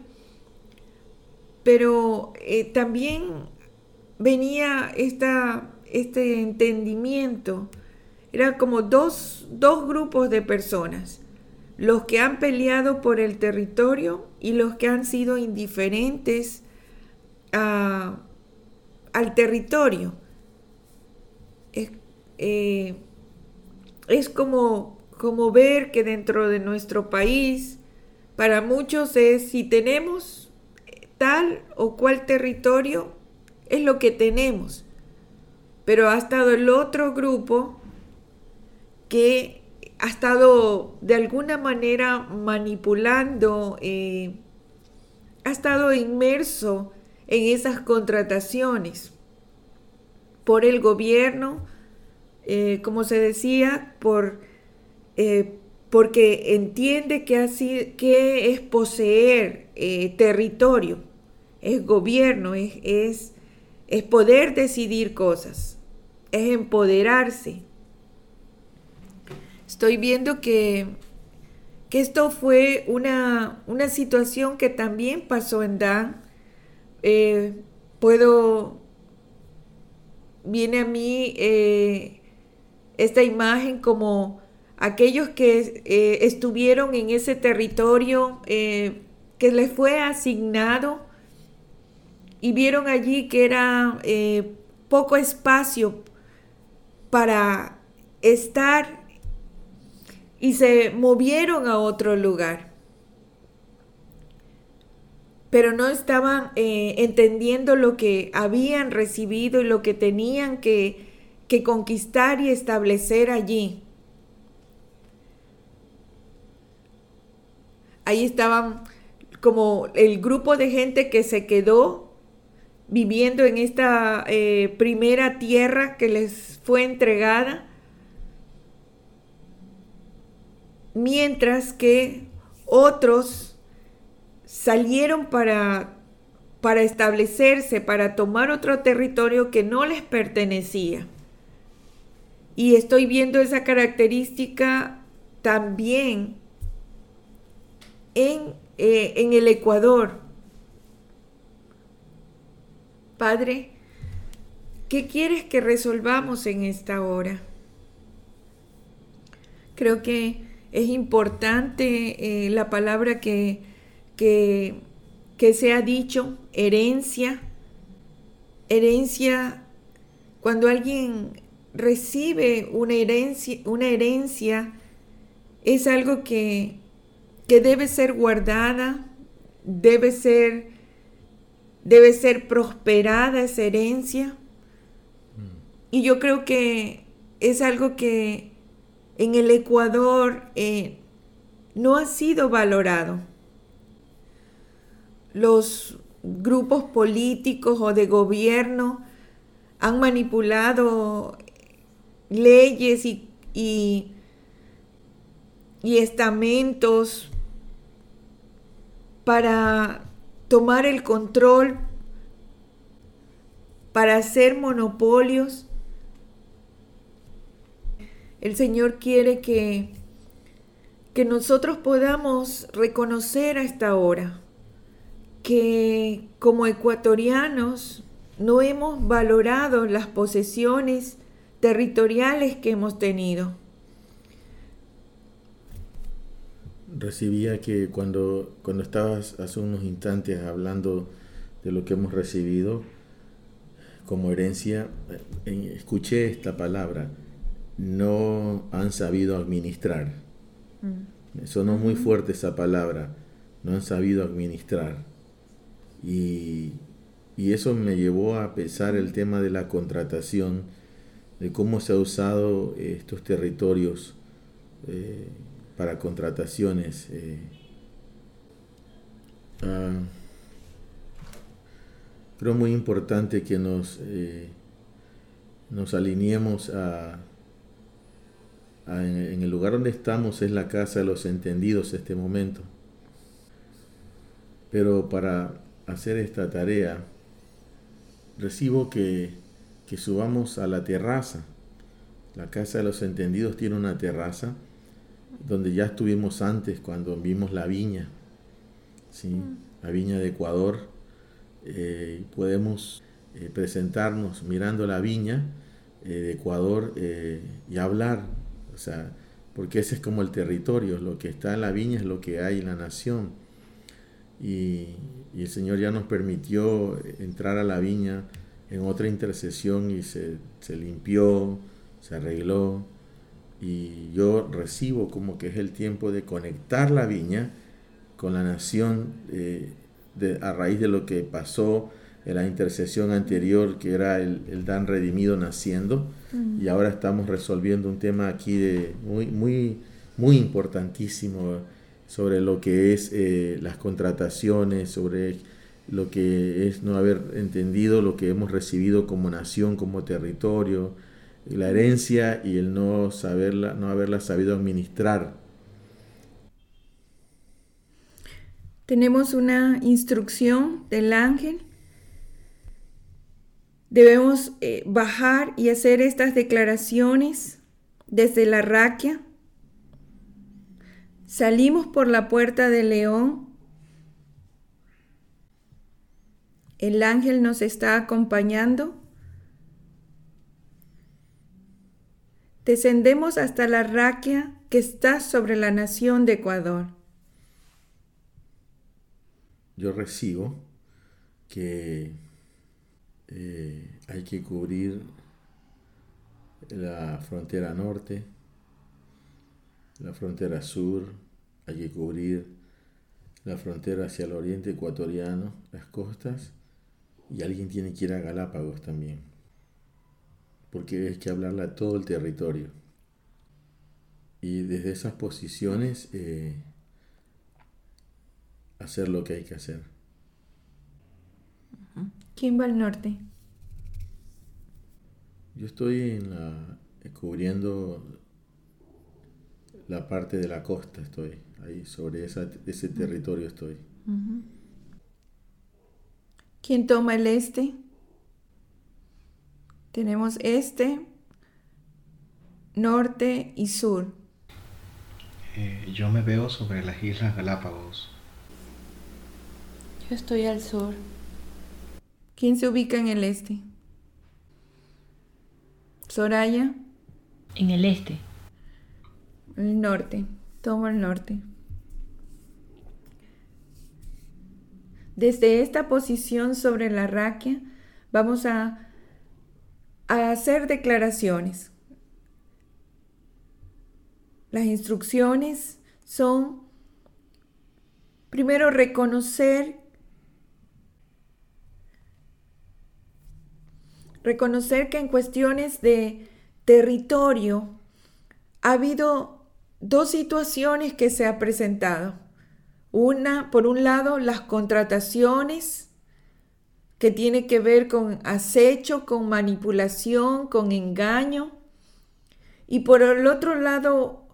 pero también venía este entendimiento. Era como dos grupos de personas, los que han peleado por el territorio y los que han sido indiferentes al territorio. Es como ver que dentro de nuestro país, para muchos es, si tenemos tal o cual territorio, es lo que tenemos. Pero ha estado el otro grupo que ha estado de alguna manera manipulando, ha estado inmerso en esas contrataciones por el gobierno, como se decía, porque entiende que es poseer territorio, es gobierno, es poder decidir cosas, es empoderarse. Estoy viendo que esto fue una situación que también pasó en Dan. Viene a mí esta imagen como aquellos que estuvieron en ese territorio que les fue asignado y vieron allí que era poco espacio para estar y se movieron a otro lugar. Pero no estaban entendiendo lo que habían recibido y lo que tenían que conquistar y establecer allí. Ahí estaban como el grupo de gente que se quedó viviendo en esta primera tierra que les fue entregada, mientras que otros salieron para establecerse, para tomar otro territorio que no les pertenecía. Y estoy viendo esa característica también en el Ecuador. Padre, ¿qué quieres que resolvamos en esta hora? Creo que es importante la palabra que se ha dicho, herencia. Herencia, cuando alguien recibe una herencia, es algo que debe ser guardada, debe ser prosperada esa herencia. Y yo creo que es algo que en el Ecuador no ha sido valorado. Los grupos políticos o de gobierno han manipulado leyes y estamentos para tomar el control, para hacer monopolios. El Señor quiere que nosotros podamos reconocer a esta hora que como ecuatorianos no hemos valorado las posesiones territoriales que hemos tenido. Recibía que cuando estabas hace unos instantes hablando de lo que hemos recibido como herencia, escuché esta palabra: no han sabido administrar. Me sonó muy fuerte esa palabra, no han sabido administrar. Y eso me llevó a pensar el tema de la contratación, de cómo se ha usado estos territorios para contrataciones. Creo muy importante que nos alineemos a En el lugar donde estamos es la casa de los entendidos este momento. Pero para hacer esta tarea, recibo que subamos a la terraza. La casa de los entendidos tiene una terraza donde ya estuvimos antes cuando vimos la viña, ¿sí? La viña de Ecuador. Podemos presentarnos mirando la viña de Ecuador y hablar, o sea, porque ese es como el territorio, lo que está en la viña es lo que hay en la nación. Y el Señor ya nos permitió entrar a la viña en otra intercesión y se limpió, se arregló, y yo recibo como que es el tiempo de conectar la viña con la nación a raíz de lo que pasó en la intercesión anterior, que era el Dan redimido naciendo, y ahora estamos resolviendo un tema aquí muy importantísimo sobre lo que es las contrataciones, sobre lo que es no haber entendido lo que hemos recibido como nación, como territorio, la herencia y el no haberla sabido administrar. Tenemos una instrucción del ángel. Debemos bajar y hacer estas declaraciones desde la raquia. Salimos por la puerta del león. El ángel nos está acompañando. Descendemos hasta la raquia que está sobre la nación de Ecuador. Yo recibo que hay que cubrir la frontera norte, la frontera sur, hay que cubrir la frontera hacia el oriente ecuatoriano, las costas, y alguien tiene que ir a Galápagos también, porque hay que hablarle a todo el territorio. Y desde esas posiciones hacer lo que hay que hacer. ¿Quién va al norte? Yo estoy cubriendo la parte de la costa, estoy ahí sobre ese territorio estoy. ¿Quién toma el este? Tenemos este, norte y sur. Yo me veo sobre las Islas Galápagos. Yo estoy al sur. ¿Quién se ubica en el este? Soraya. En el este. El norte. Tomo el norte. Desde esta posición sobre la raquia vamos a hacer declaraciones. Las instrucciones son, primero, reconocer que en cuestiones de territorio ha habido dos situaciones que se han presentado. Una, por un lado, las contrataciones, que tiene que ver con acecho, con manipulación, con engaño. Y por el otro lado,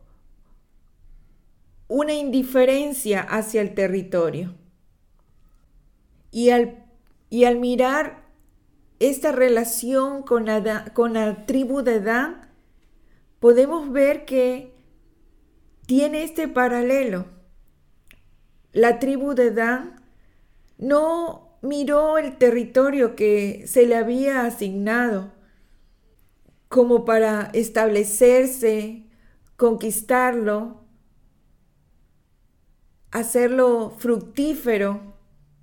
una indiferencia hacia el territorio. Y al mirar esta relación con la tribu de Dan, podemos ver que tiene este paralelo. La tribu de Dan no miró el territorio que se le había asignado como para establecerse, conquistarlo, hacerlo fructífero,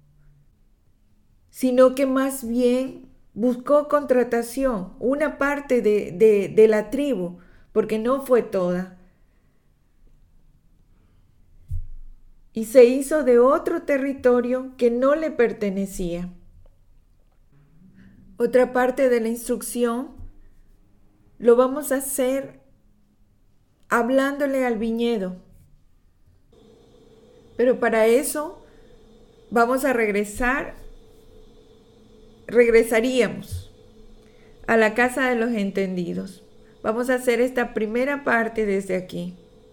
sino que más bien buscó contratación, una parte de la tribu, porque no fue toda. Y se hizo de otro territorio que no le pertenecía. Otra parte de la instrucción lo vamos a hacer hablándole al viñedo. Pero para eso vamos a regresaríamos a la casa de los entendidos, Vamos a hacer esta primera parte desde aquí.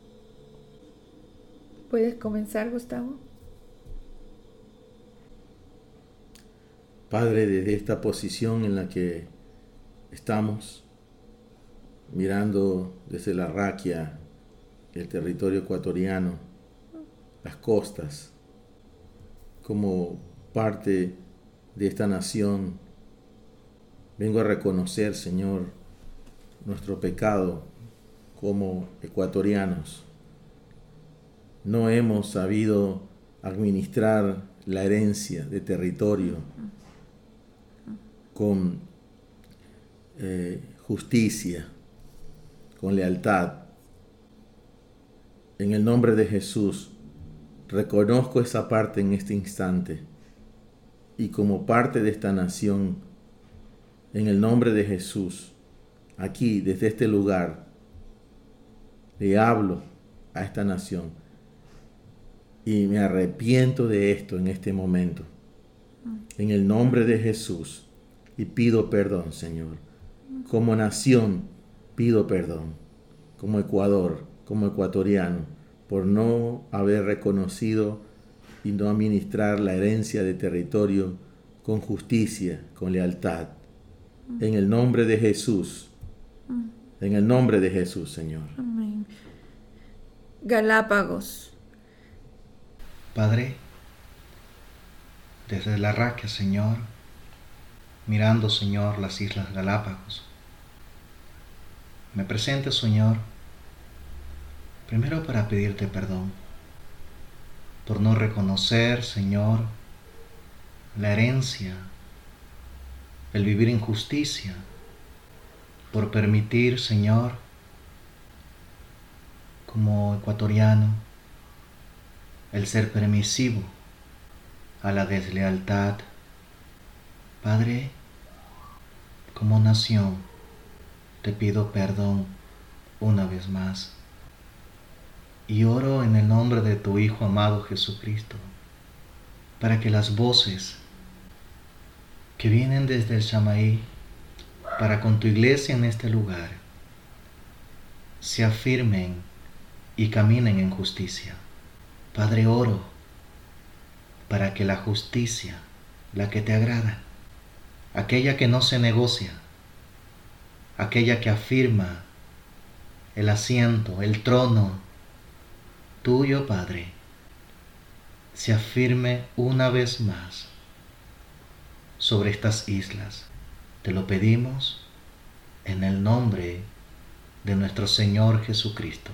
¿Puedes comenzar, Gustavo? Padre, desde esta posición en la que estamos, mirando desde la Raquia, el territorio ecuatoriano, las costas, como parte de esta nación, vengo a reconocer, Señor, nuestro pecado como ecuatorianos. No hemos sabido administrar la herencia de territorio con justicia, con lealtad. En el nombre de Jesús, reconozco esa parte en este instante y como parte de esta nación, en el nombre de Jesús, aquí, desde este lugar, le hablo a esta nación y me arrepiento de esto en este momento. En el nombre de Jesús, y pido perdón, Señor. Como nación, pido perdón. Como Ecuador, como ecuatoriano, por no haber reconocido y no administrar la herencia de territorio con justicia, con lealtad. En el nombre de Jesús. En el nombre de Jesús, Señor. Amén. Galápagos. Padre, desde la Raquia, Señor, mirando, Señor, las Islas Galápagos, me presento, Señor, primero para pedirte perdón por no reconocer, Señor, la herencia, el vivir en justicia, por permitir, Señor, como ecuatoriano, el ser permisivo a la deslealtad. Padre, como nación, te pido perdón una vez más. Y oro en el nombre de tu Hijo amado Jesucristo, para que las voces que vienen desde el Samaí para con tu iglesia en este lugar se afirmen y caminen en justicia. Padre, oro para que la justicia, la que te agrada, aquella que no se negocia, aquella que afirma el asiento, el trono tuyo, Padre, se afirme una vez más sobre estas islas. Te lo pedimos en el nombre de nuestro Señor Jesucristo.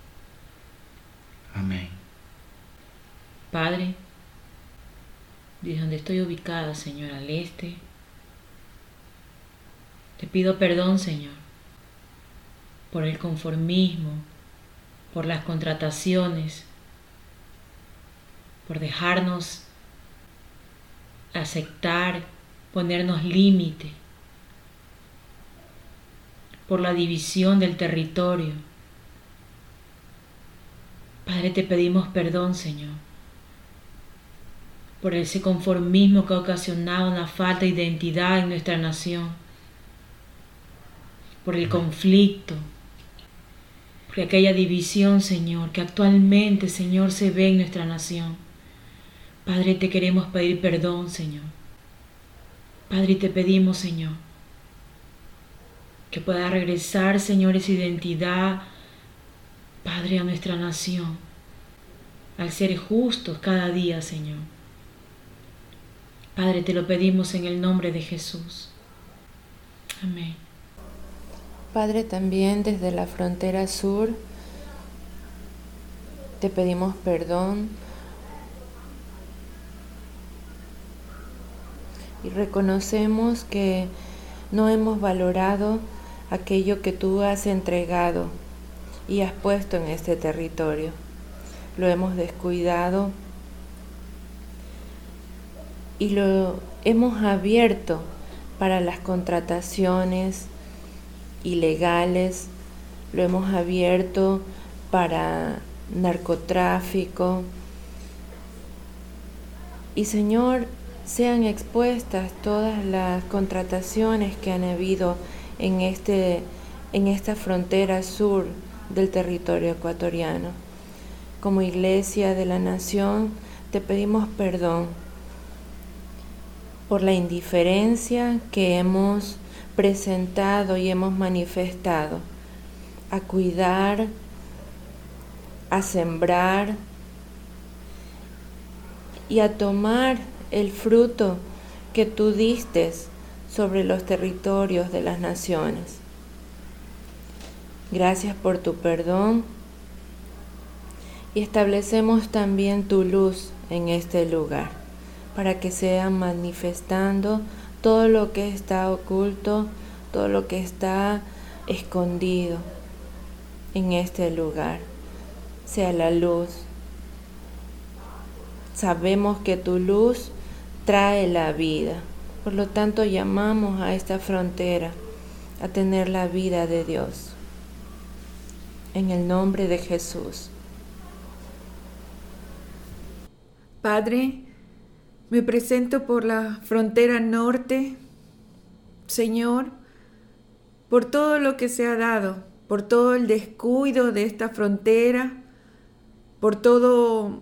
Amén. Padre, desde donde estoy ubicada, Señor, al este, te pido perdón, Señor, por el conformismo, por las contrataciones, por dejarnos aceptar, ponernos límite, por la división del territorio. Padre, te pedimos perdón, Señor, por ese conformismo que ha ocasionado una falta de identidad en nuestra nación, por el conflicto, por aquella división, Señor, que actualmente, Señor, se ve en nuestra nación. Padre, te queremos pedir perdón, Señor. Padre, te pedimos, Señor, que pueda regresar, Señor, esa identidad, Padre, a nuestra nación, al ser justos cada día, Señor. Padre, te lo pedimos en el nombre de Jesús. Amén. Padre, también desde la frontera sur te pedimos perdón y reconocemos que no hemos valorado aquello que tú has entregado y has puesto en este territorio. Lo hemos descuidado y lo hemos abierto para las contrataciones ilegales, lo hemos abierto para narcotráfico. Y Señor, sean expuestas todas las contrataciones que han habido en este en esta frontera sur del territorio ecuatoriano. Como Iglesia de la Nación, te pedimos perdón por la indiferencia que hemos presentado y hemos manifestado a cuidar, a sembrar y a tomar el fruto que tú diste sobre los territorios de las naciones. Gracias por tu perdón y establecemos también tu luz en este lugar para que sea manifestando todo lo que está oculto, todo lo que está escondido en este lugar, sea la luz. Sabemos que tu luz trae la vida, por lo tanto llamamos a esta frontera a tener la vida de Dios. En el nombre de Jesús. Padre, me presento por la frontera norte, Señor, por todo lo que se ha dado, por todo el descuido de esta frontera, por todo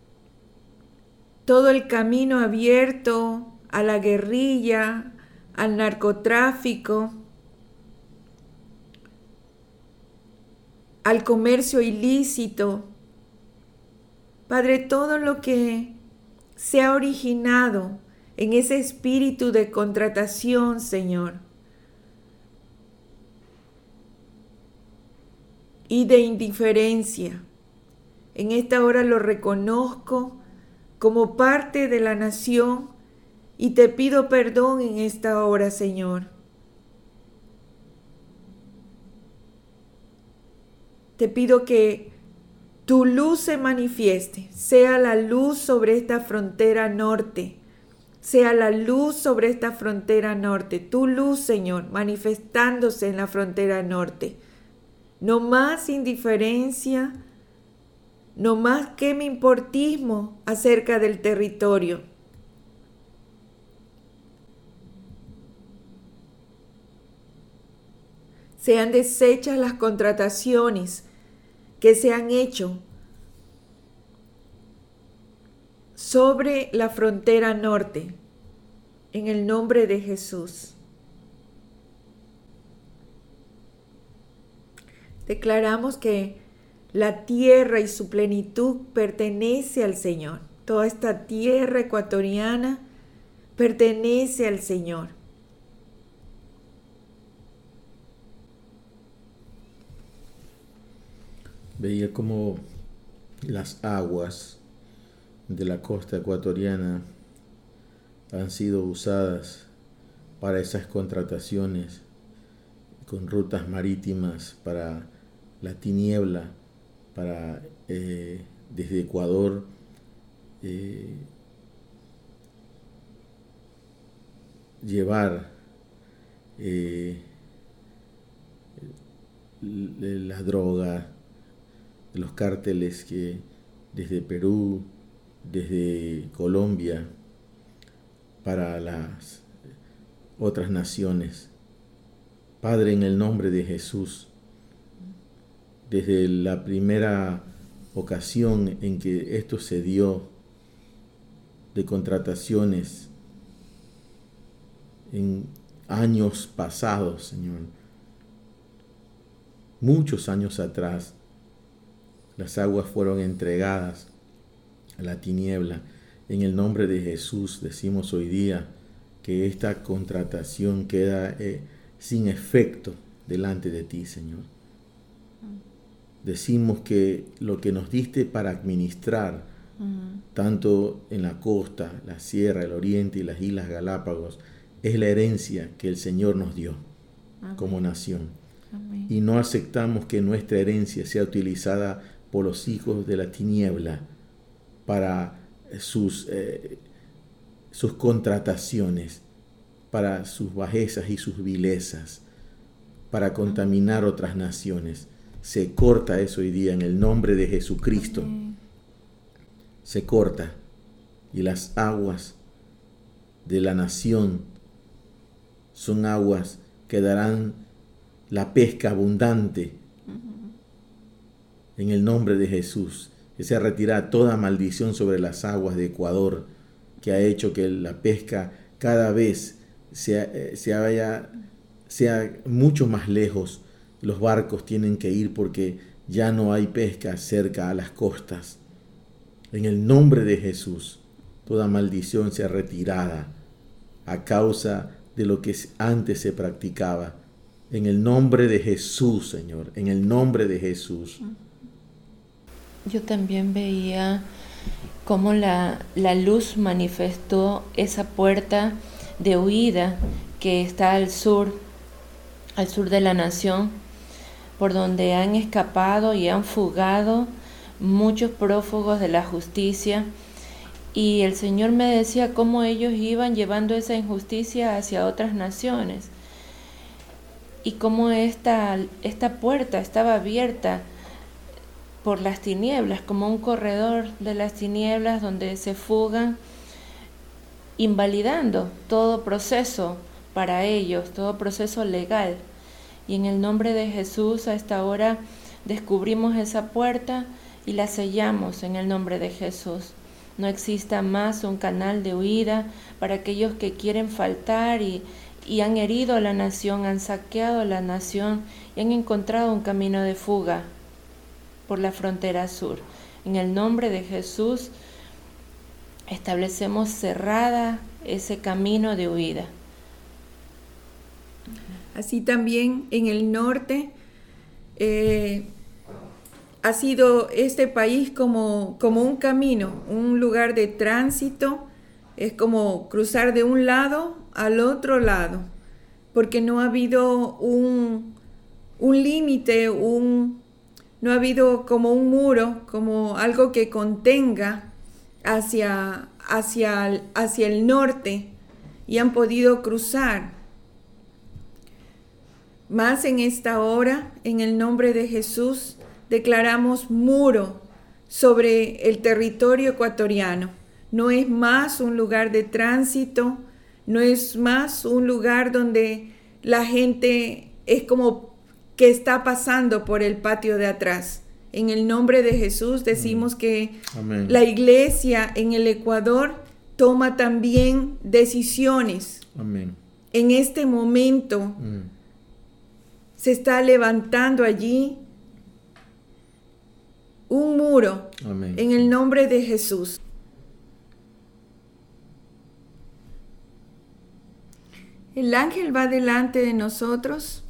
el camino abierto a la guerrilla, al narcotráfico, al comercio ilícito. Padre, todo lo que se ha originado en ese espíritu de contratación, Señor, y de indiferencia, en esta hora lo reconozco como parte de la nación y te pido perdón en esta hora, Señor. Te pido que tu luz se manifieste, sea la luz sobre esta frontera norte, sea la luz sobre esta frontera norte, tu luz, Señor, manifestándose en la frontera norte. No más indiferencia, no más que mi importismo acerca del territorio. Sean deshechas las contrataciones que se han hecho sobre la frontera norte, en el nombre de Jesús. Declaramos que la tierra y su plenitud pertenece al Señor. Toda esta tierra ecuatoriana pertenece al Señor. Veía cómo las aguas de la costa ecuatoriana han sido usadas para esas contrataciones con rutas marítimas para la tiniebla, para desde Ecuador llevar la droga, los cárteles que desde Perú, desde Colombia, para las otras naciones. Padre, en el nombre de Jesús, desde la primera ocasión en que esto se dio, de contrataciones en años pasados, Señor, muchos años atrás, las aguas fueron entregadas a la tiniebla. En el nombre de Jesús decimos hoy día que esta contratación queda sin efecto delante de ti, Señor. Decimos que lo que nos diste para administrar, tanto en la costa, la sierra, el oriente y las Islas Galápagos, es la herencia que el Señor nos dio como nación. Amén. Y no aceptamos que nuestra herencia sea utilizada por los hijos de la tiniebla para sus contrataciones, para sus bajezas y sus vilezas, para contaminar otras naciones. Se corta eso hoy día en el nombre de Jesucristo. Amén. Se corta, y las aguas de la nación son aguas que darán la pesca abundante. En el nombre de Jesús, que sea retirada toda maldición sobre las aguas de Ecuador, que ha hecho que la pesca cada vez sea mucho más lejos. Los barcos tienen que ir porque ya no hay pesca cerca a las costas. En el nombre de Jesús, toda maldición sea retirada a causa de lo que antes se practicaba. En el nombre de Jesús, Señor, en el nombre de Jesús. Yo también veía cómo la luz manifestó esa puerta de huida que está al sur de la nación, por donde han escapado y han fugado muchos prófugos de la justicia. Y el Señor me decía cómo ellos iban llevando esa injusticia hacia otras naciones y cómo esta puerta estaba abierta por las tinieblas, como un corredor de las tinieblas donde se fugan, invalidando todo proceso para ellos, todo proceso legal. Y en el nombre de Jesús a esta hora descubrimos esa puerta y la sellamos en el nombre de Jesús. No exista más un canal de huida para aquellos que quieren faltar y han herido a la nación, han saqueado a la nación y han encontrado un camino de fuga por la frontera sur. En el nombre de Jesús establecemos cerrada ese camino de huida. Así también en el norte ha sido este país como un camino, un lugar de tránsito. Es como cruzar de un lado al otro lado, porque no ha habido un límite, no ha habido como un muro, como algo que contenga hacia el norte, y han podido cruzar. Más en esta hora, en el nombre de Jesús, declaramos muro sobre el territorio ecuatoriano. No es más un lugar de tránsito, no es más un lugar donde la gente es como que está pasando por el patio de atrás. En el nombre de Jesús decimos que Amén. La iglesia en el Ecuador toma también decisiones. Amén. En este momento se está levantando allí un muro. Amén. En el nombre de Jesús. El ángel va delante de nosotros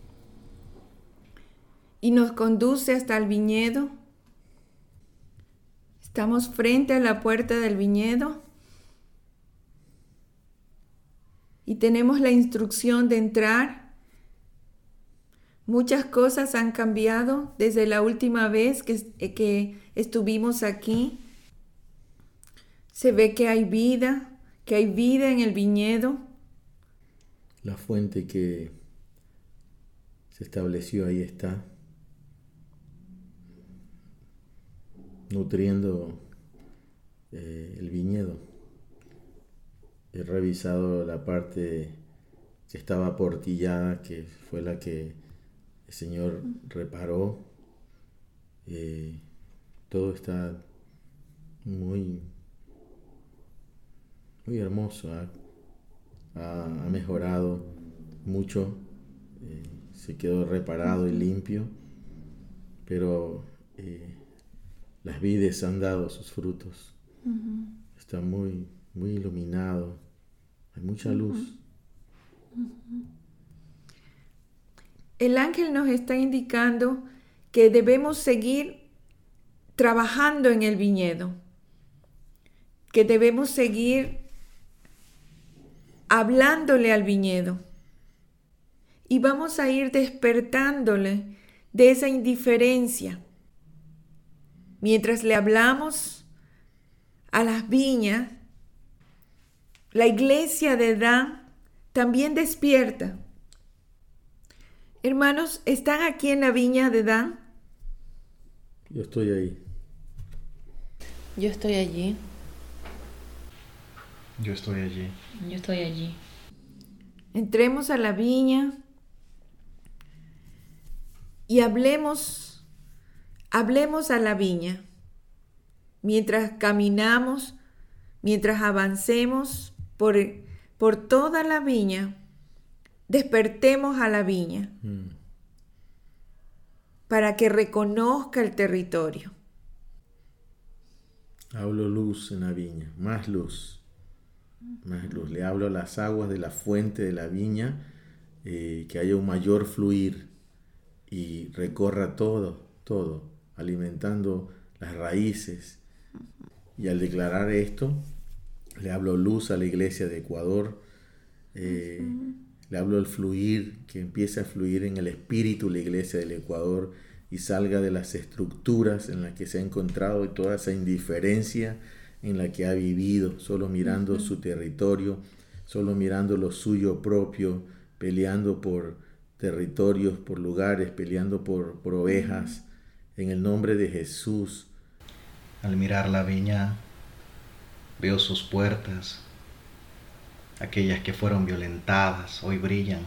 y nos conduce hasta el viñedo. Estamos frente a la puerta del viñedo y tenemos la instrucción de entrar. Muchas cosas han cambiado desde la última vez que estuvimos aquí. Se ve que hay vida en el viñedo. La fuente que se estableció ahí está, nutriendo el viñedo. He revisado la parte que estaba aportillada, que fue la que el Señor reparó. Todo está muy hermoso. Ha mejorado mucho, se quedó reparado y limpio, pero las vides han dado sus frutos. Está muy iluminado, hay mucha luz. El ángel nos está indicando que debemos seguir trabajando en el viñedo, que debemos seguir hablándole al viñedo y vamos a ir despertándole de esa indiferencia. Mientras le hablamos a las viñas, la iglesia de Dan también despierta. Hermanos, ¿están aquí en la viña de Dan? Yo estoy ahí. Yo estoy allí. Yo estoy allí. Yo estoy allí. Entremos a la viña y hablemos a la viña. Mientras caminamos, mientras avancemos por toda la viña, despertemos a la viña para que reconozca el territorio. Hablo luz en la viña, más luz, más luz. Le hablo a las aguas de la fuente de la viña, que haya un mayor fluir y recorra todo, alimentando las raíces. Y al declarar esto, le hablo luz a la iglesia de Ecuador, le hablo al fluir, que empiece a fluir en el espíritu la iglesia del Ecuador y salga de las estructuras en las que se ha encontrado y toda esa indiferencia en la que ha vivido, solo mirando su territorio, solo mirando lo suyo propio, peleando por territorios, por lugares, peleando por ovejas, en el nombre de Jesús. Al mirar la viña, veo sus puertas, aquellas que fueron violentadas, hoy brillan.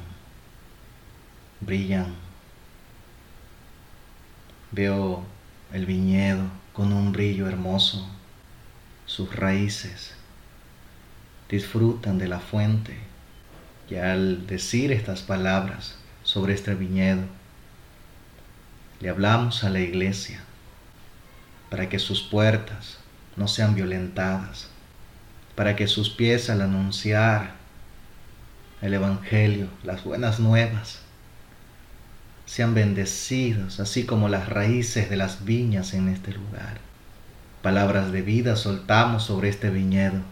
Veo el viñedo con un brillo hermoso, sus raíces disfrutan de la fuente, y al decir estas palabras sobre este viñedo, le hablamos a la iglesia para que sus puertas no sean violentadas, para que sus pies al anunciar el Evangelio, las buenas nuevas, sean bendecidos, así como las raíces de las viñas en este lugar. Palabras de vida soltamos sobre este viñedo.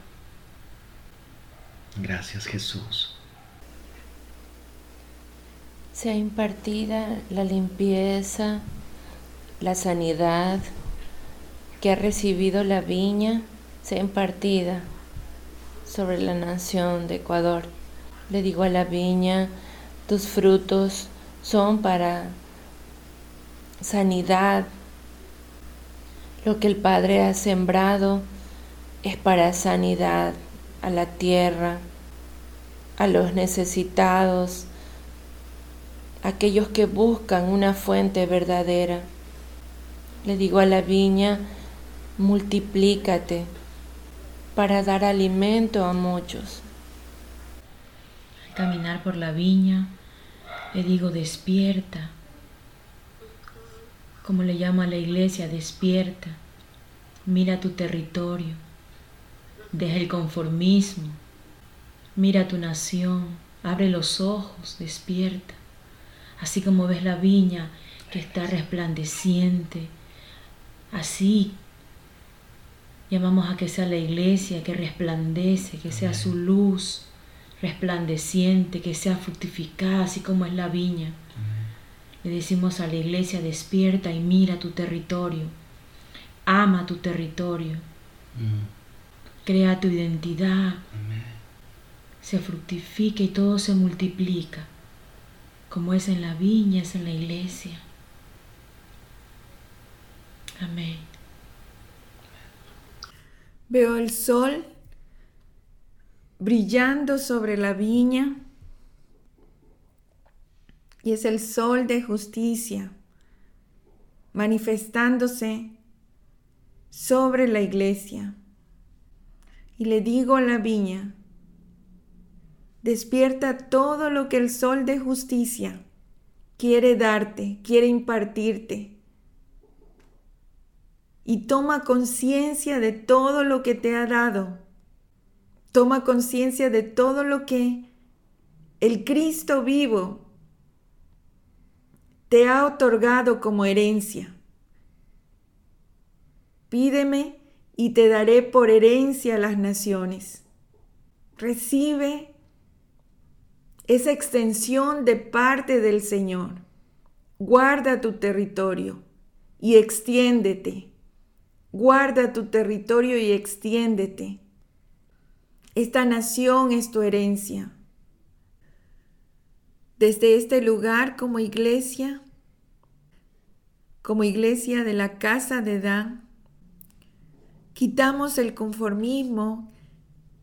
Gracias, Jesús. Sea impartida la limpieza, la sanidad que ha recibido la viña, sea impartida sobre la nación de Ecuador. Le digo a la viña, tus frutos son para sanidad. Lo que el Padre ha sembrado es para sanidad a la tierra, a los necesitados, aquellos que buscan una fuente verdadera. Le digo a la viña, multiplícate para dar alimento a muchos. Al caminar por la viña, le digo, despierta. Como le llamo a la iglesia, despierta. Mira tu territorio. Deja el conformismo. Mira tu nación. Abre los ojos, despierta. Así como ves la viña que está resplandeciente, así llamamos a que sea la iglesia que resplandece, que sea su luz resplandeciente, que sea fructificada, así como es la viña. Le decimos a la iglesia, despierta y mira tu territorio, ama tu territorio, crea tu identidad, se fructifica y todo se multiplica, como es en la viña, es en la iglesia. Amén. Veo el sol brillando sobre la viña y es el sol de justicia manifestándose sobre la iglesia. Y le digo a la viña, despierta todo lo que el sol de justicia quiere darte, quiere impartirte. Y toma conciencia de todo lo que te ha dado. Toma conciencia de todo lo que el Cristo vivo te ha otorgado como herencia. Pídeme y te daré por herencia a las naciones. Recibe esa extensión de parte del Señor. Guarda tu territorio y extiéndete. Guarda tu territorio y extiéndete. Esta nación es tu herencia. Desde este lugar como iglesia de la casa de Dan, quitamos el conformismo,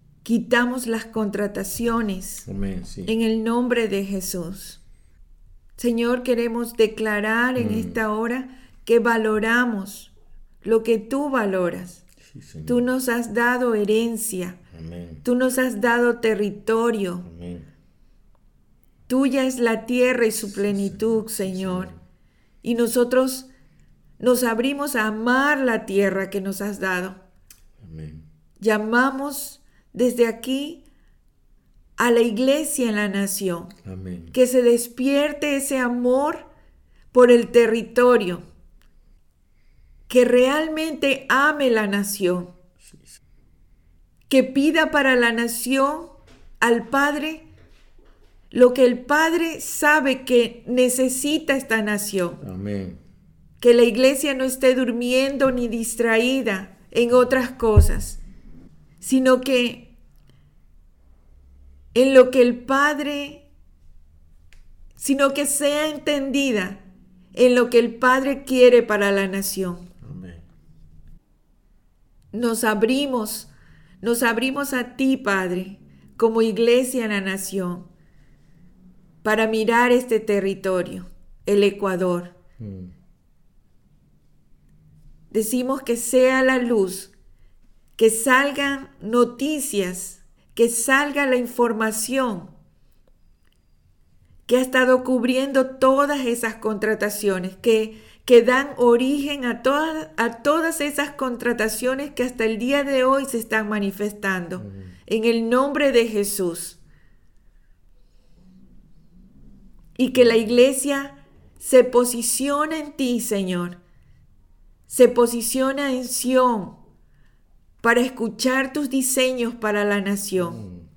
quitamos las contrataciones. Amén, sí. En el nombre de Jesús. Señor, queremos declarar en esta hora que valoramos lo que tú valoras. Sí, Señor. Tú nos has dado herencia. Amén. Tú nos has dado territorio. Amén. Tuya es la tierra y su plenitud, Señor. Y nosotros nos abrimos a amar la tierra que nos has dado. Amén. Llamamos desde aquí a la iglesia en la nación. Amén. Que se despierte ese amor por el territorio. Que realmente ame la nación. Que pida para la nación al Padre lo que el Padre sabe que necesita esta nación. Amén. Que la iglesia no esté durmiendo ni distraída en otras cosas, sino que en lo que el Padre, sino que sea entendida en lo que el Padre quiere para la nación. Amén. Nos abrimos a ti, Padre, como iglesia en la nación, para mirar este territorio, el Ecuador. Decimos que sea la luz, que salgan noticias, que salga la información que ha estado cubriendo todas esas contrataciones, que dan origen a todas esas contrataciones que hasta el día de hoy se están manifestando. En el nombre de Jesús. Y que la iglesia se posicione en ti, Señor. Se posiciona en Sión para escuchar tus diseños para la nación.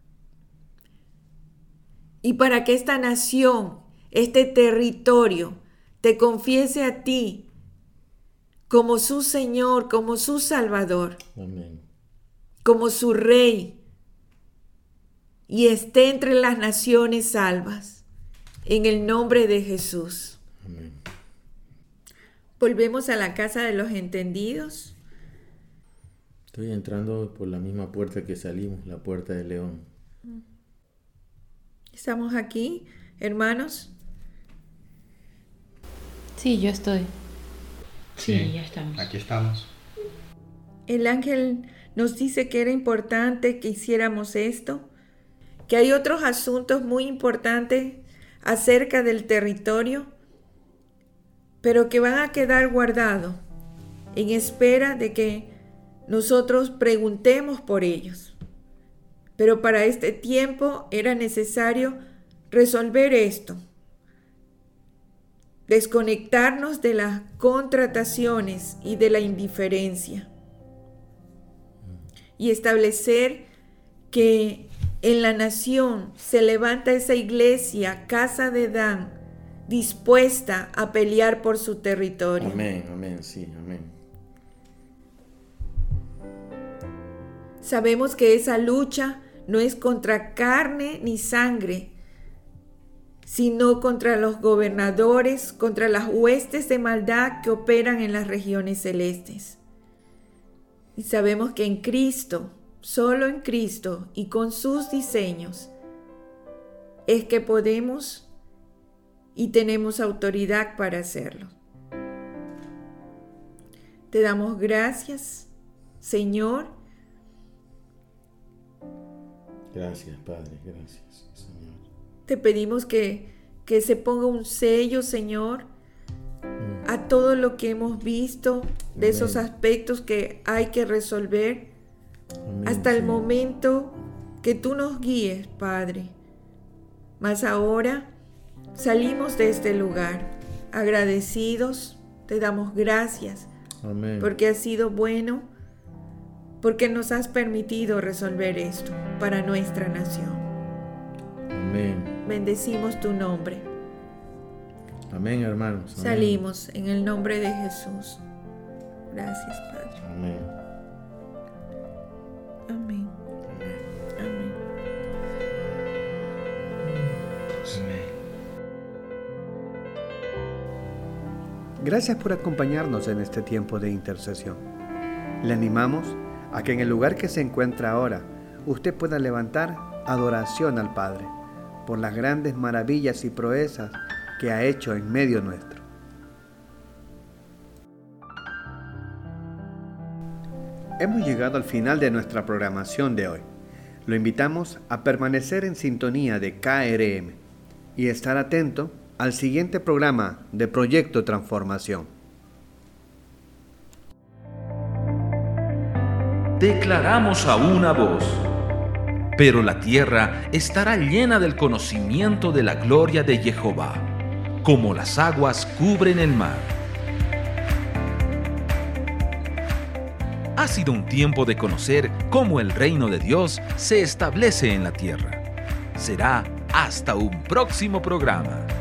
Y para que esta nación, este territorio, te confiese a ti como su Señor, como su Salvador. Amén. Como su Rey. Y esté entre las naciones salvas. En el nombre de Jesús. Amén. Volvemos a la casa de los entendidos. Estoy entrando por la misma puerta que salimos, la puerta del león. ¿Estamos aquí, hermanos? Sí, yo estoy. Sí, ya estamos. Aquí estamos. El ángel nos dice que era importante que hiciéramos esto, que hay otros asuntos muy importantes acerca del territorio, pero que van a quedar guardados en espera de que nosotros preguntemos por ellos. Pero para este tiempo era necesario resolver esto, desconectarnos de las contrataciones y de la indiferencia y establecer que en la nación se levanta esa iglesia, casa de Dan, dispuesta a pelear por su territorio. Amén, amén, sí, amén. Sabemos que esa lucha no es contra carne ni sangre, sino contra los gobernadores, contra las huestes de maldad que operan en las regiones celestes. Y sabemos que en Cristo, solo en Cristo y con sus diseños, es que podemos y tenemos autoridad para hacerlo. Te damos gracias, Señor. Gracias, Padre, gracias, Señor. Te pedimos que se ponga un sello, Señor, a todo lo que hemos visto, de esos aspectos que hay que resolver, Amén, hasta el Señor. momento que tú nos guíes, Padre. Mas ahora salimos de este lugar agradecidos, te damos gracias, Amén. porque has sido bueno, porque nos has permitido resolver esto para nuestra nación. Amén. Bendecimos tu nombre. Amén, hermanos. Amén. Salimos en el nombre de Jesús. Gracias, Padre. Amén. Amén. Amén. Gracias por acompañarnos en este tiempo de intercesión. Le animamos a que en el lugar que se encuentra ahora, usted pueda levantar adoración al Padre por las grandes maravillas y proezas que ha hecho en medio nuestro. Hemos llegado al final de nuestra programación de hoy. Lo invitamos a permanecer en sintonía de KRM y estar atento al siguiente programa de Proyecto Transformación. Declaramos a una voz, pero la tierra estará llena del conocimiento de la gloria de Jehová, como las aguas cubren el mar. Ha sido un tiempo de conocer cómo el reino de Dios se establece en la tierra. Será hasta un próximo programa.